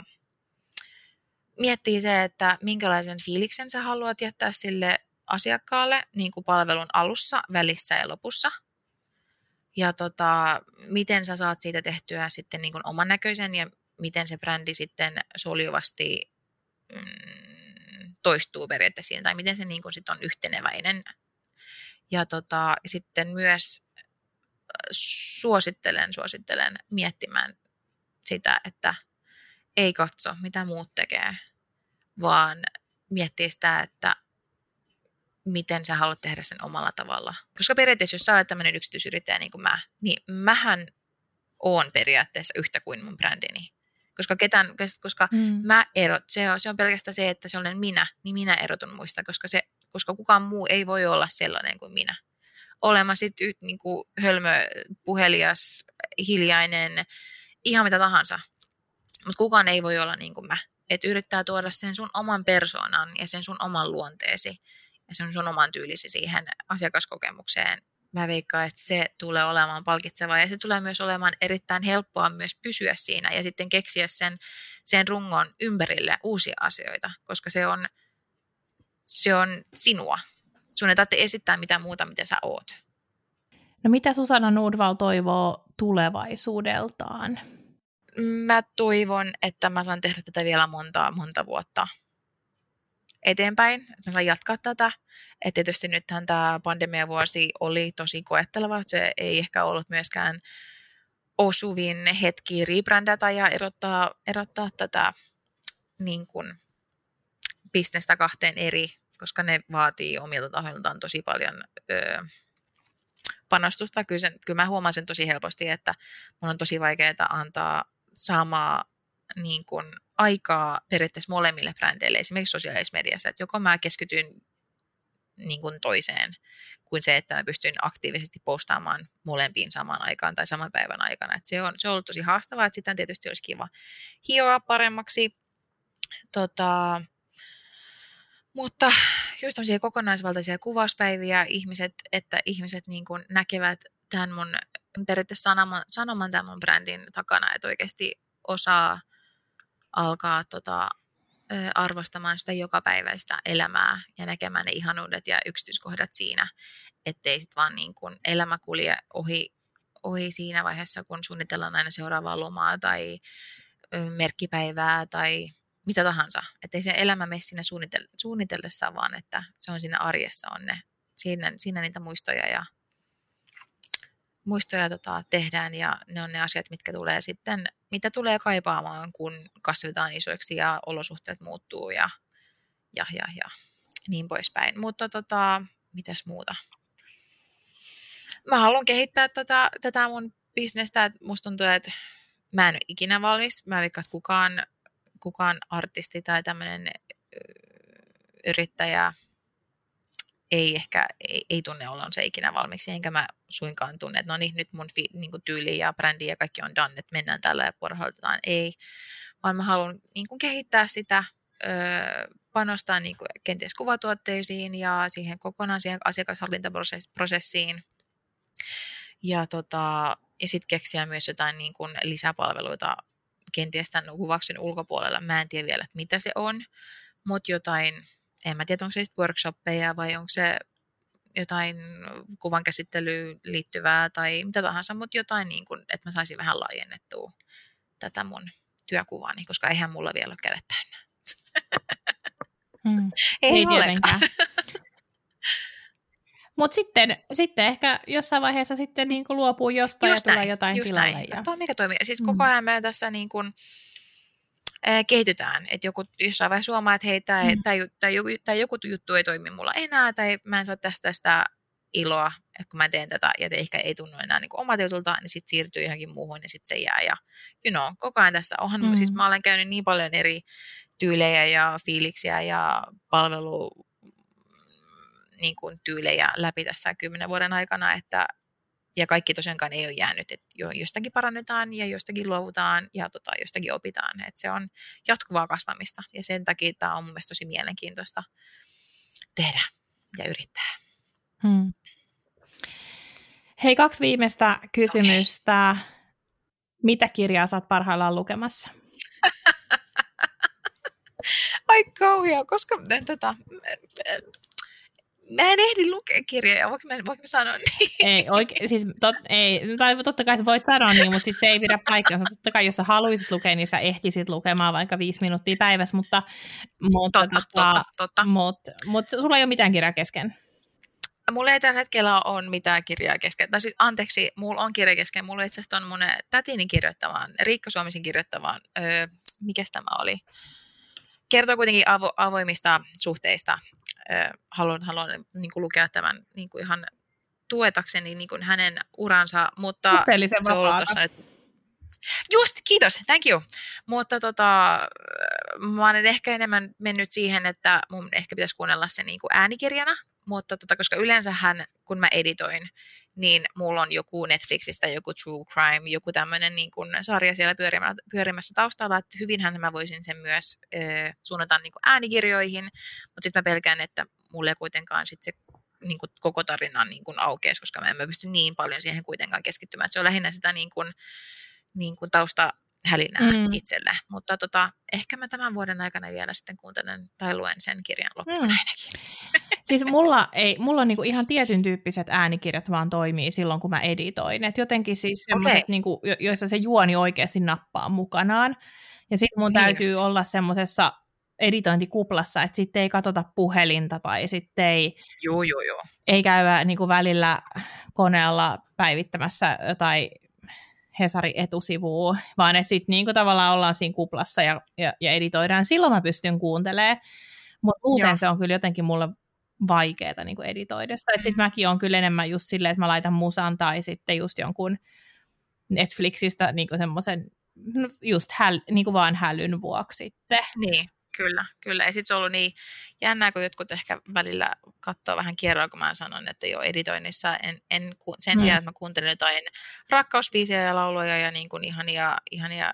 miettii se, että minkälaisen fiiliksen sä haluat jättää sille asiakkaalle niin kuin palvelun alussa, välissä ja lopussa. Ja miten sä saat siitä tehtyä sitten niin kuin oman näköisen ja miten se brändi sitten soljuvasti toistuu periaatteessa siinä, tai miten se niin kuin sit on yhteneväinen. Ja sitten myös suosittelen miettimään sitä, että ei katso, mitä muut tekee, vaan miettii sitä, että miten sä haluat tehdä sen omalla tavalla. Koska periaatteessa, jos sä olet tämmöinen yksityisyrittäjä niin kuin mä, niin mähän oon periaatteessa yhtä kuin mun brändini. Koska se on pelkästään se, että se olen minä, niin minä erotun muista, koska kukaan muu ei voi olla sellainen kuin minä. Olema sitten niin kuin hölmö, puhelias, hiljainen, ihan mitä tahansa. Mutta kukaan ei voi olla niin kuin mä. Että yrittää tuoda sen sun oman persoonan ja sen sun oman luonteesi ja sen sun oman tyylisi siihen asiakaskokemukseen. Mä veikkaan, että se tulee olemaan palkitsevaa ja se tulee myös olemaan erittäin helppoa myös pysyä siinä ja sitten keksiä sen rungon ympärille uusia asioita, koska se on sinua. Sun ei tarvitse esittää mitään muuta, mitä sä oot. No mitä Susanna Nordvall toivoo tulevaisuudeltaan? Mä toivon, että mä saan tehdä tätä vielä monta vuotta eteenpäin, että mä saan jatkaa tätä. Et tietysti nythän tämä pandemiavuosi oli tosi koetteleva, se ei ehkä ollut myöskään osuvin hetki rebrändätä ja erottaa tätä niin kuin bisnestä kahteen eri, koska ne vaatii omilta tahoiltaan tosi paljon panostusta. Kyllä mä huomaan sen tosi helposti, että mun on tosi vaikeaa antaa samaa niin kuin aikaa periaatteessa molemmille brändeille, esimerkiksi sosiaalisessa mediassa, että joko mä keskityn niin kuin toiseen kuin se, että mä pystyn aktiivisesti postaamaan molempiin samaan aikaan tai saman päivän aikana. Että se on ollut tosi haastavaa, että sitä tietysti olisi kiva hioa paremmaksi. Mutta just tämmöisiä kokonaisvaltaisia kuvauspäiviä, että ihmiset niin kuin näkevät tämän mun periaatteessa sanoman tämän mun brändin takana, että oikeasti osaa alkaa arvostamaan sitä jokapäiväistä elämää ja näkemään ne ihanuudet ja yksityiskohdat siinä, ettei sitten vaan niin kuin elämä kulje ohi siinä vaiheessa, kun suunnitellaan aina seuraavaa lomaa tai merkkipäivää tai mitä tahansa. Että ei se elämä mene siinä suunnitellessa, vaan että se on siinä arjessa, on ne, siinä niitä muistoja tehdään ja ne on ne asiat, mitä tulee kaipaamaan, kun kasvetaan isoiksi ja olosuhteet muuttuu ja niin poispäin. Mutta mitäs muuta? Mä haluan kehittää tätä mun bisnestä. Musta tuntuu, että mä en ole ikinä valmis. Mä veikkaan, että kukaan artisti tai tämmöinen yrittäjä ei tunne olonsa ikinä valmiiksi, enkä mä suinkaan tunne, että no niin, nyt mun niin kuin tyyli ja brändi ja kaikki on done, että mennään tällä ja puolella. Ei, vaan mä haluan niin kuin kehittää sitä, panostaa niin kuin kenties kuvatuotteisiin ja kokonaan siihen asiakashallintaprosessiin ja sitten keksiä myös jotain niin kuin lisäpalveluita kenties tämän kuvauksen ulkopuolella. Mä en tiedä vielä, että mitä se on, mutta jotain, en mä tiedä, onko se workshoppeja vai onko se jotain kuvan käsittelyyn liittyvää tai mitä tahansa, mutta jotain, niin kuin, että mä saisin vähän laajennettua tätä mun työkuvaani, koska eihän mulla vielä ole kädet täynnä. Ei tietenkään. Mutta sitten ehkä jossain vaiheessa sitten niin kuin luopuu jostain ja tulee jotain tilalle. Ja... Tuo mikä toimii. Siis koko ajan me tässä niin kuin, kehitytään, että jossain vaiheessa huomaa, että hei, tai joku juttu ei toimi mulla enää, tai mä en saa tästä iloa, että kun mä teen tätä, ja ehkä ei tunnu enää niin kuin omat jutulta, niin sitten siirtyy johonkin muuhun, ja sitten se jää. Ja koko ajan tässä onhan, siis mä olen käynyt niin paljon eri tyylejä ja fiiliksiä ja niin kuin tyylejä läpi tässä 10 vuoden aikana, ja kaikki tosiaankaan ei ole jäänyt, että jostakin parannetaan ja jostakin luovutaan ja jostakin opitaan. Että se on jatkuvaa kasvamista ja sen takia tämä on mun mielestä tosi mielenkiintoista tehdä ja yrittää. Hei, 2 viimeistä kysymystä. Okay. Mitä kirjaa sä oot parhaillaan lukemassa? Ai kauhea, koska mä en ehdi lukea kirjoja, voinko mä sanoa niin? Totta kai sä voit sanoa niin, mutta siis se ei pidä paikkaa. Totta kai jos sä haluaisit lukea, niin sä ehtisit lukemaan vaikka 5 minuuttia päivässä, mutta sulla ei ole mitään kirjaa kesken. Mulla ei tällä hetkellä ole mitään kirjaa kesken. Tai siis, anteeksi, mulla on kirja kesken. Mulla itse asiassa on mun tätini kirjoittamaan, Riikka Suomisen kirjoittamaan, mikäs tämä oli? Kertoo kuitenkin avoimista suhteista. Haluan niin kuin lukea tämän niin kuin ihan tuetakseni niin kuin hänen uransa, mutta suhteellisen vapaata. Just, kiitos, thank you. Mutta mä olen ehkä enemmän mennyt siihen, että mun ehkä pitäisi kuunnella se niin kuin äänikirjana, mutta koska yleensähän kun mä editoin, niin mulla on joku Netflixistä, joku True Crime, joku tämmöinen niin kuin sarja siellä pyörimässä taustalla, että hyvinhän mä voisin sen myös suunnata niin kuin äänikirjoihin, mutta sitten mä pelkään, että mulle ei kuitenkaan sit se niin kuin koko tarina niin kuin aukeisi, koska mä en pysty niin paljon siihen kuitenkaan keskittymään, että se on lähinnä sitä niin kuin taustahälinää itselle, mutta ehkä mä tämän vuoden aikana vielä sitten kuuntelen tai luen sen kirjan loppuun ainakin. Siis mulla on niinku ihan tietyn tyyppiset äänikirjat vaan toimii silloin, kun mä editoin. Et jotenkin siis semmoiset, niinku, joissa se juoni oikeasti nappaa mukanaan. Ja sitten mun täytyy olla semmoisessa editointikuplassa, että sitten ei katsota puhelinta tai sitten ei käydä niinku välillä koneella päivittämässä jotain Hesarin etusivua, vaan että sitten niinku tavallaan ollaan siinä kuplassa ja editoidaan. Silloin mä pystyn kuuntelemaan, mutta muuten se on kyllä jotenkin mulle vaikeaa niin editoidessa. Sitten mäkin on kyllä enemmän just silleen, että mä laitan musan tai sitten just jonkun Netflixistä niin semmoisen just niin vaan hälyn vuoksi sitten. Niin, kyllä. Ja sitten se on ollut niin jännää, kun jotkut ehkä välillä katsoo vähän kierroa, kun mä sanon, että jo editoinnissa sen sijaan, että mä kuuntelen jotain rakkausbiisejä ja lauluja ja niin kuin ihania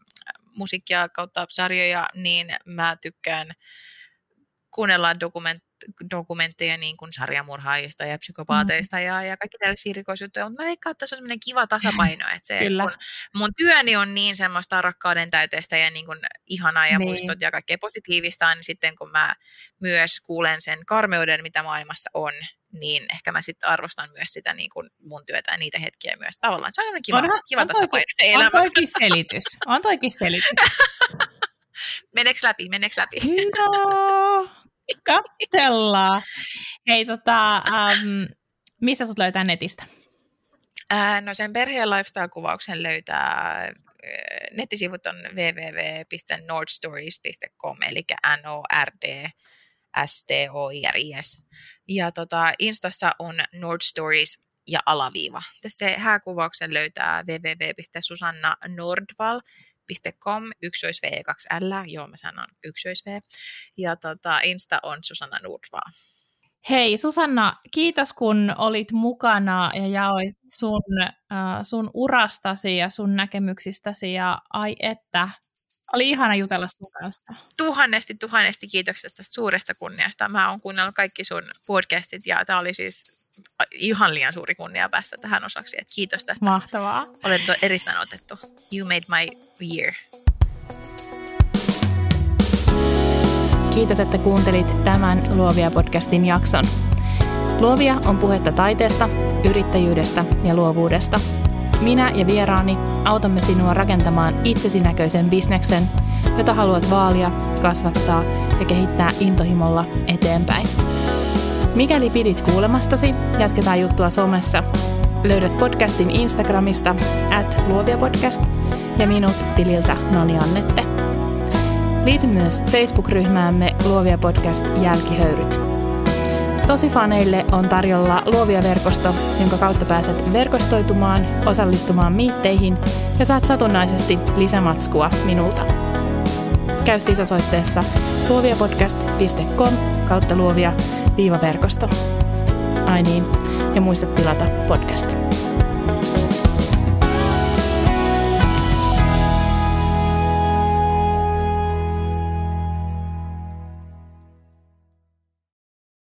fiilistelymusiikkia kautta sarjoja, niin mä tykkään kuunnella dokumentteja niin kuin sarjamurhaajista ja psykopaateista ja kaikki tällaisia rikosjuttuja, mutta mä veikkaan, että se on semmoinen kiva tasapaino, että se, kun mun työni on niin semmoista rakkauden täyteistä ja niin kuin ihanaa ja muistot ja kaikkea positiivista, niin sitten kun mä myös kuulen sen karmeuden, mitä maailmassa on, niin ehkä mä sitten arvostan myös sitä niin kuin mun työtä ja niitä hetkiä myös. Tavallaan se on kiva tasapaino elämässä. On toikin selitys. Meneekö läpi? No, katsellaan. Hei, missä sut löytää netistä? No sen perheen lifestyle-kuvauksen löytää, nettisivut on www.nordstories.com, eli NORDSTORIS. Ja Instassa on Nordstories ja alaviiva. Tässä hääkuvauksen löytää www.susannanordval.com, 1V, 2L, joo mä sanon 1V, ja Insta on Susanna Nordval. Hei Susanna, kiitos kun olit mukana ja jaoit sun urastasi ja sun näkemyksistäsi, ja ai että, oli ihana jutella sun kanssa. Tuhannesti kiitoksia tästä suuresta kunniasta. Mä oon kuunnellut kaikki sun podcastit ja tää oli siis ihan liian suuri kunnia päästä tähän osaksi. Et kiitos tästä. Mahtavaa. Olet erittäin otettu. You made my year. Kiitos, että kuuntelit tämän Luovia-podcastin jakson. Luovia on puhetta taiteesta, yrittäjyydestä ja luovuudesta. Minä ja vieraani autamme sinua rakentamaan itsesi näköisen bisneksen, jota haluat vaalia, kasvattaa ja kehittää intohimolla eteenpäin. Mikäli pidit kuulemastasi, jatketaan juttua somessa. Löydät podcastin Instagramista @luoviapodcast ja minut tililtä Noni Annette. Liity myös Facebook-ryhmäämme Luovia Podcast Jälkihöyryt. Tosifaneille on tarjolla Luovia-verkosto, jonka kautta pääset verkostoitumaan, osallistumaan miitteihin ja saat satunnaisesti lisämatskua minulta. Käy siis osoitteessa luoviapodcast.com/luovia-verkosto. Ai niin, ja muista tilata podcast.